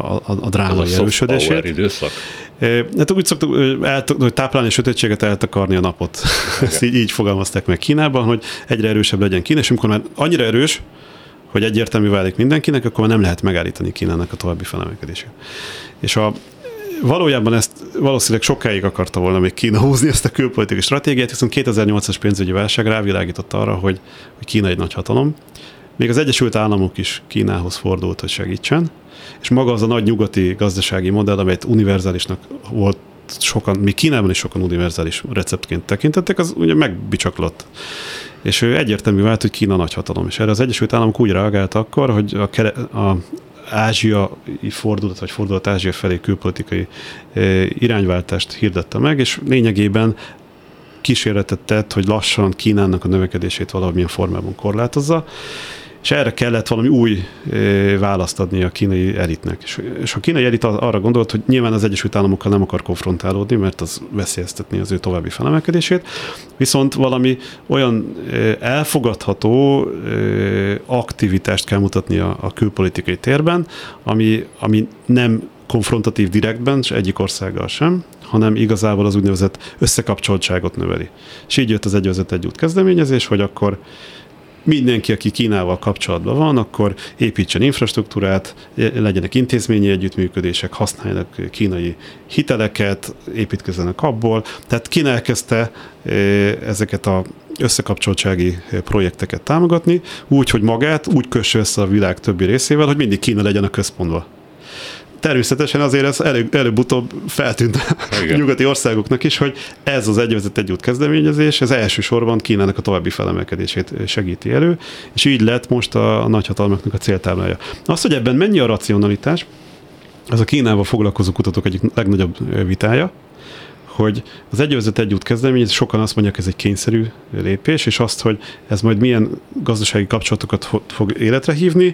a drámai erősödését. Ez a időszak? Hát úgy szoktuk, hogy táplálni a sötétséget, eltakarni a napot. Ezt így fogalmazták meg Kínában, hogy egyre erősebb legyen Kína, és amikor már annyira erős, hogy egyértelmű válik mindenkinek, akkor már nem lehet megállítani Kínának a további felemelkedését. És valójában ezt valószínűleg sokáig akarta volna még Kína húzni ezt a külpolitikai stratégiát, viszont 2008-as pénzügyi válság rávilágított arra, hogy Kína egy nagy hatalom. Még az Egyesült Államok is Kínához fordult, hogy segítsen, és maga az a nagy nyugati gazdasági modell, amelyet univerzálisnak volt sokan, még Kínában is sokan univerzális receptként tekintettek, az ugye megbicsaklott. És egyértelmű vált, hogy Kína nagy hatalom. És erre az Egyesült Államok úgy reagált akkor, hogy a ázsiai fordulat, vagy fordulat Ázsia felé külpolitikai irányváltást hirdette meg, és lényegében kísérletet tett, hogy lassan Kínának a növekedését valamilyen formában korlátozza, és erre kellett valami új választ adni a kínai elitnek. És a kínai elit arra gondolt, hogy nyilván az Egyesült Államokkal nem akar konfrontálódni, mert az veszélyeztetni az ő további felemelkedését, viszont valami olyan elfogadható aktivitást kell mutatni a külpolitikai térben, ami nem konfrontatív direktben, és egyik országgal sem, hanem igazából az úgynevezett összekapcsoltságot növeli. És így jött az Egy út kezdeményezés, hogy akkor mindenki, aki Kínával kapcsolatban van, akkor építsen infrastruktúrát, legyenek intézményi együttműködések, használjanak kínai hiteleket, építkezzenek abból. Tehát Kína elkezdte ezeket az összekapcsoltsági projekteket támogatni, úgy, hogy magát úgy kösse össze a világ többi részével, hogy mindig Kína legyen a központban. Természetesen azért ez előbb-utóbb feltűnt a nyugati országoknak is, hogy ez az Egy út kezdeményezés, ez elsősorban Kínának a további felemelkedését segíti elő, és így lett most a nagyhatalmaknak a céltáblája. Az, hogy ebben mennyi a racionalitás, az a Kínával foglalkozó kutatók egyik legnagyobb vitája, hogy az Egy út kezdeményezés, sokan azt mondják, ez egy kényszerű lépés, és azt, hogy ez majd milyen gazdasági kapcsolatokat fog életre hívni,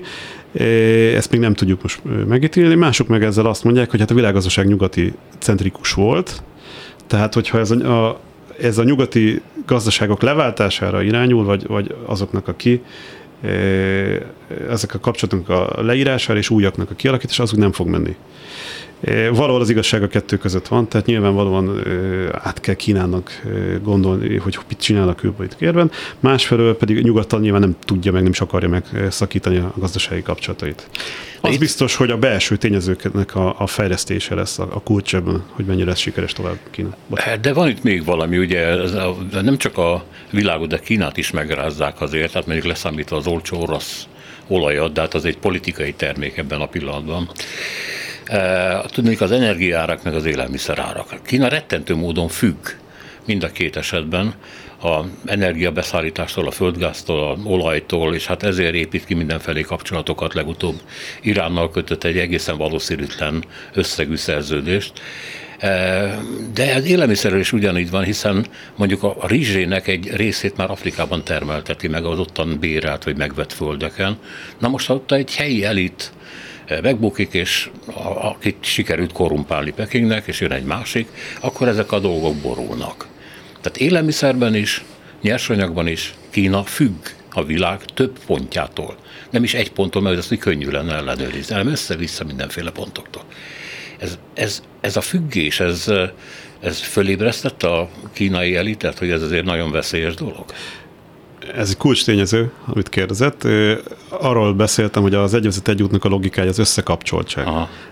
ezt még nem tudjuk most megítélni. Mások meg ezzel azt mondják, hogy hát a világgazdaság nyugati centrikus volt, tehát hogyha ez a nyugati gazdaságok leváltására irányul, vagy azoknak ezek a kapcsolatok a leírására és újaknak a kialakítása, az úgy nem fog menni. Valahol az igazság a kettő között van, tehát nyilvánvalóan át kell Kínának gondolni, hogy mit csinál a külpolitikai érben, másfelől pedig nyugattal nyilván nem tudja meg, nem is akarja megszakítani a gazdasági kapcsolatait. Az biztos, hogy a belső tényezőknek a fejlesztése lesz a kulcs ebben, hogy mennyire lesz sikeres tovább Kína. De van itt még valami, ugye nem csak a világot, de Kínát is megrázzák azért, tehát mondjuk leszámítva az olcsó orosz olajat, de hát az egy politikai termék ebben a pillanatban. Tudnék az energiaárak meg az élelmiszerárak. Kína rettentő módon függ mind a két esetben a energiabeszállítástól, a földgáztól, a olajtól, és hát ezért épít ki mindenfelé kapcsolatokat, legutóbb Iránnal kötött egy egészen valószínűtlen összegű szerződést. De az élelmiszerrel is ugyanígy van, hiszen mondjuk a rizsének egy részét már Afrikában termelteti meg az ottan bérelt vagy megvett földeken. Na most, ha ott egy helyi elit megbukik, és akit sikerült korrumpálni Pekingnek, és jön egy másik, akkor ezek a dolgok borulnak. Tehát élelmiszerben is, nyersanyagban is Kína függ a világ több pontjától. Nem is egy ponttól, mert ezt könnyű lenne ellenőrizni, hanem össze-vissza mindenféle pontoktól. Ez a függés, ez fölébresztette a kínai elitet, hogy ez azért nagyon veszélyes dolog? Ez egy kulcstényező, amit kérdezett. Arról beszéltem, hogy az egy útnak a logikája az összekapcsoltság.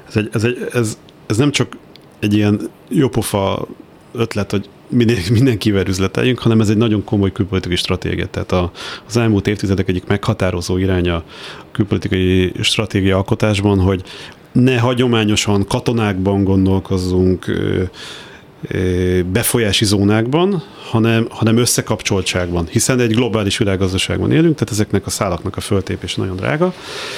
Ez nem csak egy ilyen jópofa ötlet, hogy mindenkivel üzleteljünk, hanem ez egy nagyon komoly külpolitikai stratégia. Tehát az elmúlt évtizedek egyik meghatározó iránya a külpolitikai stratégia alkotásban, hogy ne hagyományosan katonákban gondolkozzunk, befolyási zónákban, hanem összekapcsoltságban, hiszen egy globális világgazdaságban élünk, tehát ezeknek a szálaknak a föltépése nagyon drága.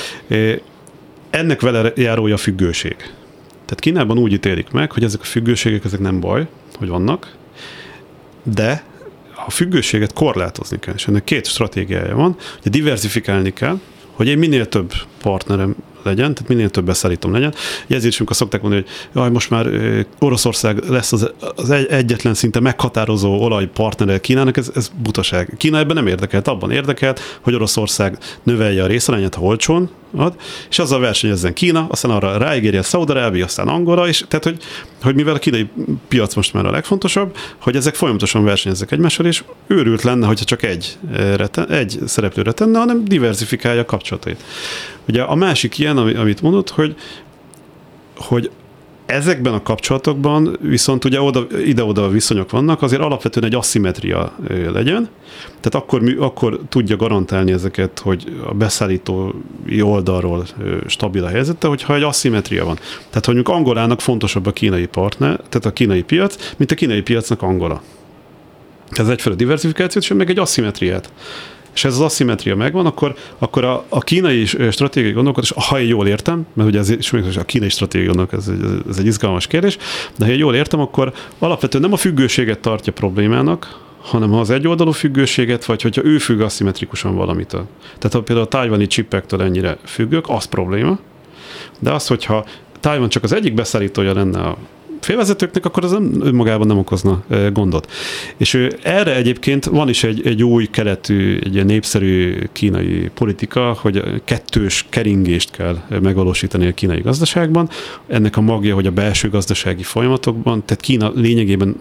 Ennek vele járója a függőség. Tehát Kínában úgy ítélik meg, hogy ezek a függőségek, ezek nem baj, hogy vannak, de a függőséget korlátozni kell, és ennek két stratégiája van, hogy diversifikálni kell, hogy én minél több partnerem legyen, tehát minél több beszállítom legyen. Ezért is, amikor szokták mondani, hogy jaj, most már Oroszország lesz az egyetlen szinte meghatározó olajpartnere Kínának, ez butaság. Kína ebben nem érdekelt, abban érdekelt, hogy Oroszország növelje a részarányát, ha olcsón ad, és azzal versenyezzen Kína, aztán arra ráigérje Szaúd-Arábia, aztán Angola, és tehát, hogy mivel a kínai piac most már a legfontosabb, hogy ezek folyamatosan versenyeznek egymással, és őrült lenne, hogyha csak egy szereplőre tenne, hanem diversifikálja a kapcsolatait. Ugye a másik ilyen, amit mondott, hogy ezekben a kapcsolatokban viszont ugye ide-oda viszonyok vannak, azért alapvetően egy aszimmetria legyen, tehát akkor tudja garantálni ezeket, hogy a beszállítói oldalról stabil a helyzete, hogyha egy aszimmetria van. Tehát, hogy mondjuk Angolának fontosabb a kínai partner, tehát a kínai piac, mint a kínai piacnak Angola. Tehát ez egyféle diversifikációt, és meg egy aszimmetriát. És ez az aszimmetria megvan, akkor a kínai stratégiai gondolkodás, ha én jól értem, mert ugye a kínai stratégiai gondolkodás, ez egy izgalmas kérdés, de ha én jól értem, akkor alapvetően nem a függőséget tartja problémának, hanem ha az egyoldalú függőséget, vagy hogyha ő függ aszimmetrikusan valamitől. Tehát ha például a tájvani csipektől ennyire függök, az probléma, de az, hogyha Tájvan csak az egyik beszállítója lenne a félvezetőknek, akkor az önmagában nem okozna gondot. És erre egyébként van is egy új keletű, egy ilyen népszerű kínai politika, hogy kettős keringést kell megvalósítani a kínai gazdaságban. Ennek a magja, hogy a belső gazdasági folyamatokban, tehát Kína lényegében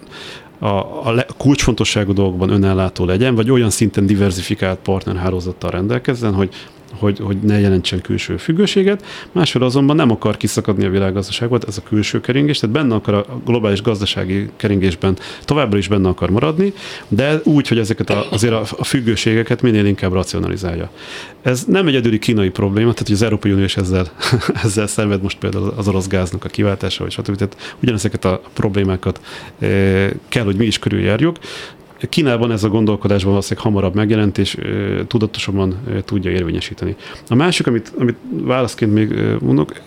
a kulcsfontosságú dolgokban önellátó legyen, vagy olyan szinten diversifikált partnerhálózattal rendelkezzen, hogy ne jelentsen külső függőséget, másfél azonban nem akar kiszakadni a világgazdaságból, ez a külső keringés, tehát benne akar a globális gazdasági keringésben továbbra is benne akar maradni, de úgy, hogy ezeket azért a függőségeket minél inkább racionalizálja. Ez nem egyedüli kínai probléma, tehát hogy az Európai Unió is ezzel szenved most például az orosz gáznak a kiváltása, vagy stb. Tehát ugyanezeket a problémákat kell, hogy mi is körüljárjuk. Kínában ez a gondolkodásban valószínűleg hamarabb megjelent, és tudatosabban tudja érvényesíteni. A másik, amit válaszként még mondok,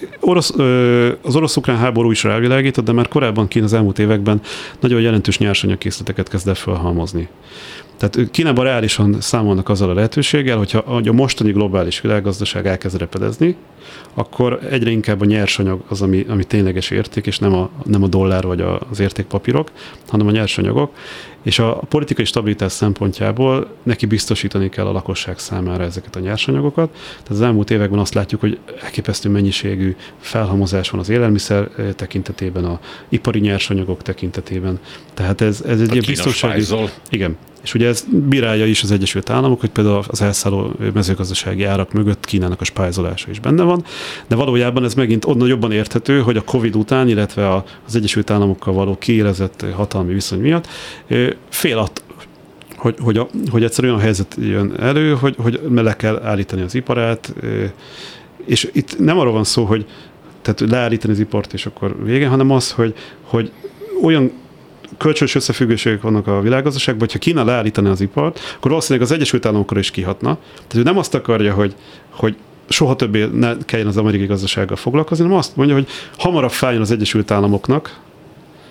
az orosz-ukrán háború is rávilágított, de már korábban Kína az elmúlt években nagyon jelentős nyersanyagkészleteket kezd el felhalmozni. Tehát Kínában reálisan számolnak azzal a lehetőséggel, hogyha a mostani globális világgazdaság elkezd repedezni, akkor egyre inkább a nyersanyag az, ami tényleges érték, és nem a dollár vagy az értékpapírok, hanem a nyersanyagok. És a politikai stabilitás szempontjából neki biztosítani kell a lakosság számára ezeket a nyersanyagokat. Tehát az elmúlt években azt látjuk, hogy elképesztő mennyiségű felhalmozás van az élelmiszer tekintetében, a ipari nyersanyagok tekintetében. Tehát ez egy ilyen biztonsági... Igen. És ugye ez bírálja is az Egyesült Államok, hogy például az elszálló mezőgazdasági árak mögött Kínának a spájzolása is benne van, de valójában ez megint onnan jobban érthető, hogy a Covid után, illetve az Egyesült Államokkal való kiélezett hatalmi viszony miatt fél attól, hogy egyszerűen a helyzet jön elő, hogy le kell állítani az iparát, és itt nem arról van szó, hogy tehát leállítani az ipart, és akkor vége, hanem az, hogy olyan kölcsönös összefüggőségek vannak a világgazdaságban, hogyha Kína leállítani az ipart, akkor valószínűleg az Egyesült Államokra is kihatna. Tehát ő nem azt akarja, hogy soha többé ne kelljen az amerikai gazdasággal foglalkozni, hanem azt mondja, hogy hamarabb fájjon az Egyesült Államoknak,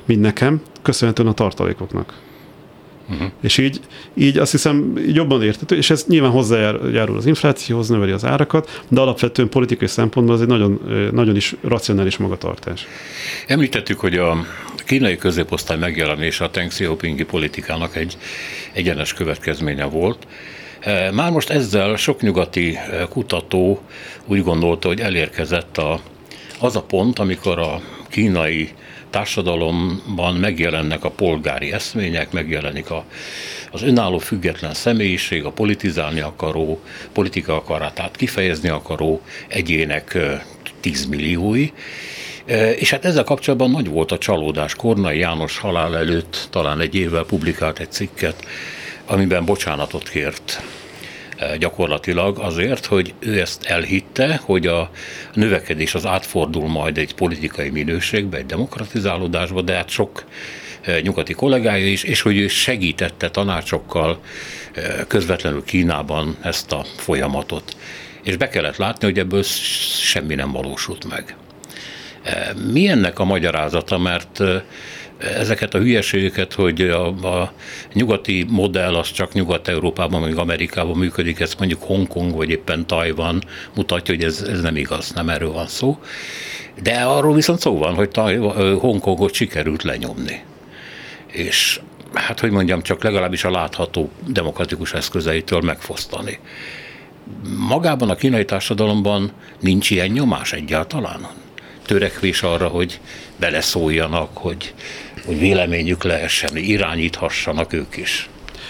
mint nekem, köszönhetően a tartalékoknak. És így azt hiszem jobban értető, és ez nyilván hozzájárul az inflációhoz, növeli az árakat, de alapvetően politikai szempontból ez egy nagyon, nagyon is racionális magatartás. Említettük, hogy a kínai középosztály megjelenése a Deng Xiaopingi politikának egy egyenes következménye volt. Már most ezzel sok nyugati kutató úgy gondolta, hogy elérkezett az a pont, amikor a kínai társadalomban megjelennek a polgári eszmények, megjelenik az önálló független személyiség, a politizálni akaró, politika akaratát kifejezni akaró egyének 10 milliói. És hát ezzel kapcsolatban nagy volt a csalódás. Kornai János halál előtt talán egy évvel publikált egy cikket, amiben bocsánatot kért gyakorlatilag azért, hogy ő ezt elhitte, hogy a növekedés az átfordul majd egy politikai minőségbe, egy demokratizálódásba, de hát sok nyugati kollégája is, és hogy ő segítette tanácsokkal közvetlenül Kínában ezt a folyamatot. És be kellett látni, hogy ebből semmi nem valósult meg. Mi ennek a magyarázata, mert ezeket a hülyeségeket, hogy a nyugati modell az csak Nyugat-Európában, meg Amerikában működik, ez mondjuk Hongkong vagy éppen Tajvan mutatja, hogy ez nem igaz, nem erről van szó. De arról viszont szó van, hogy Hongkongot sikerült lenyomni. És hát, hogy mondjam, csak legalábbis a látható demokratikus eszközeitől megfosztani. Magában a kínai társadalomban nincs ilyen nyomás egyáltalán? Törekvés arra, hogy beleszóljanak, hogy véleményük lehessen, irányíthassanak ők is.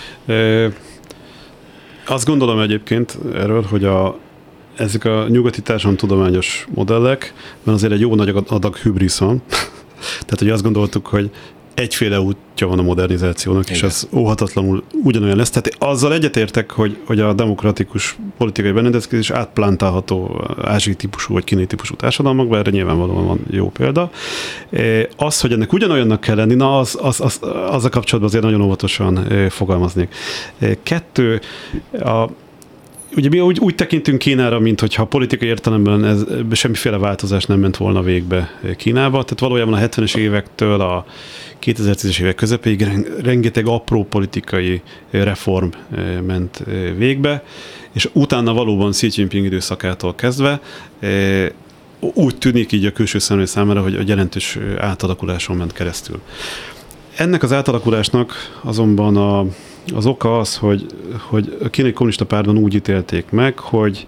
Azt gondolom egyébként erről, hogy ezek a nyugati társadalomtudományos modellek, mert azért egy jó nagy adag hübrisz van. Tehát, hogy azt gondoltuk, hogy egyféle útja van a modernizációnak, igen, és ez óhatatlanul ugyanolyan lesz. Tehát azzal egyetértek, hogy a demokratikus politikai berendezkedés átplántálható ázsiai típusú vagy kínai típusú társadalmakba, erre nyilvánvalóan van jó példa. Az, hogy ennek ugyanolyannak kell lenni, na az a kapcsolatban azért nagyon óvatosan fogalmaznék. Kettő, ugye mi úgy tekintünk Kínára, mint hogyha politikai értelemben semmiféle változás nem ment volna végbe Kínába. Tehát valójában a 70-es évektől a 2010-es évek közepéig rengeteg apró politikai reform ment végbe, és utána valóban Xi Jinping időszakától kezdve úgy tűnik így a külső szemlélő számára, hogy jelentős átalakuláson ment keresztül. Ennek az átalakulásnak azonban az oka az, hogy a kínai kommunista pártban úgy ítélték meg, hogy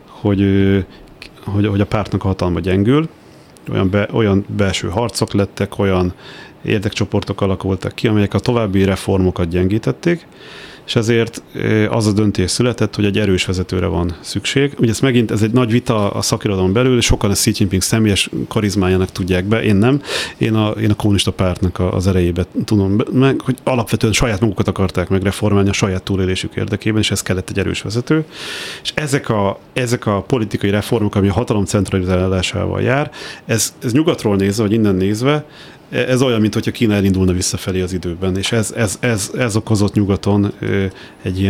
a pártnak a hatalma gyengül, olyan belső harcok lettek, olyan érdekcsoportok alakultak ki, amelyek a további reformokat gyengítették, és ezért az a döntés született, hogy egy erős vezetőre van szükség. Ugye ez egy nagy vita a szakirodalom belül, és sokan a Xi Jinping személyes karizmájának tudják be, én nem. Én a kommunista pártnak az erejébe tudom meg, hogy alapvetően saját magukat akarták megreformálni a saját túlélésük érdekében, és ez kellett egy erős vezető. És ezek a politikai reformok, ami a hatalom centralizálásával jár, ez nyugatról nézve, vagy innen nézve, ez olyan, mintha Kína elindulna visszafelé az időben, és ez okozott nyugaton egy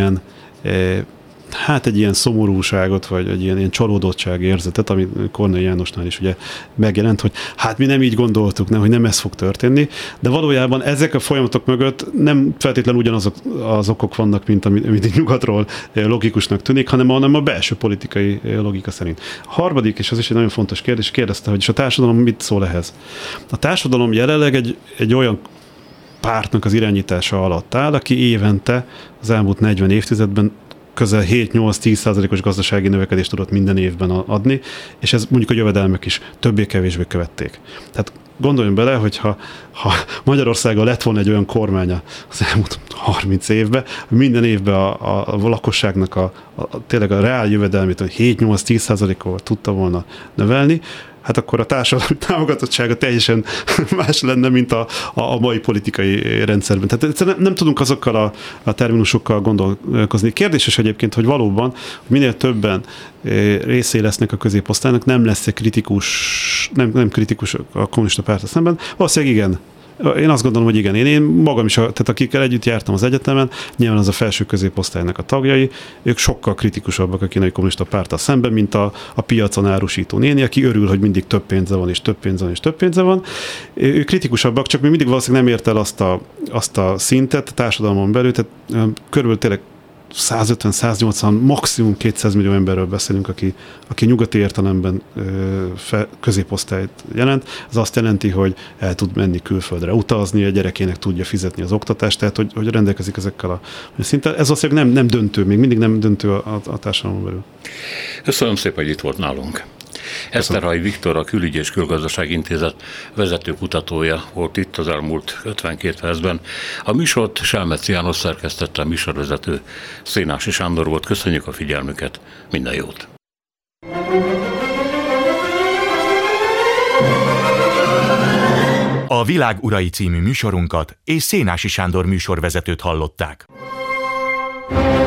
ilyen szomorúságot, vagy egy ilyen csalódottság érzetet, ami Kornai Jánosnál is ugye megjelent, hogy hát mi nem így gondoltuk, hogy nem ez fog történni, de valójában ezek a folyamatok mögött nem feltétlenül ugyanazok az okok vannak, mint amit nyugatról logikusnak tűnik, hanem a belső politikai logika szerint. A harmadik, és az is egy nagyon fontos kérdés, kérdezte, hogy a társadalom mit szól ehhez. A társadalom jelenleg egy olyan pártnak az irányítása alatt áll, aki évente az elmúlt 40 évtizedben közel 7-8-10%-os gazdasági növekedést tudott minden évben adni, és ez mondjuk a jövedelmek is többé-kevésbé követték. Tehát gondoljunk bele, hogy ha Magyarországon lett volna egy olyan kormánya az elmúlt 30 évben, minden évben a lakosságnak tényleg a reál jövedelmét 7-8-10%-kal tudta volna növelni, hát akkor a társadalmi támogatottsága teljesen más lenne, mint a mai politikai rendszerben. Tehát nem tudunk azokkal a terminusokkal gondolkozni. Kérdéses egyébként, hogy valóban minél többen részei lesznek a középosztálynak, nem lesz kritikus, nem kritikus a kommunista párttal szemben. Valószínűleg igen. Én azt gondolom, hogy igen. Én magam is, tehát akikkel együtt jártam az egyetemen, nyilván az a felső középosztálynak a tagjai, ők sokkal kritikusabbak a Kínai Kommunista Párttal szemben, mint a piacon árusító néni, aki örül, hogy mindig több pénze van, és több pénze van, és több pénze van. Ők kritikusabbak, csak még mindig valószínűleg nem ért el azt a szintet a társadalmon belül, tehát körülbelül tényleg 150-180, maximum 200 millió emberről beszélünk, aki nyugati értelemben középosztályt jelent. Ez azt jelenti, hogy el tud menni külföldre utazni, a gyerekének tudja fizetni az oktatást, tehát hogy rendelkezik ezekkel a szinten. Ez valószínűleg nem döntő, még mindig nem döntő a társadalmon belül. Köszönöm szépen, hogy itt volt nálunk. Eszterhay Viktor, a Külügyi és Külgazdasági Intézet vezető kutatója volt itt az elmúlt 52 percben. A műsort Selmeci János szerkesztette, a műsorvezető Szénási Sándor volt. Köszönjük a figyelmüket, minden jót! A Világ urai című műsorunkat és Szénási Sándor műsorvezetőt hallották.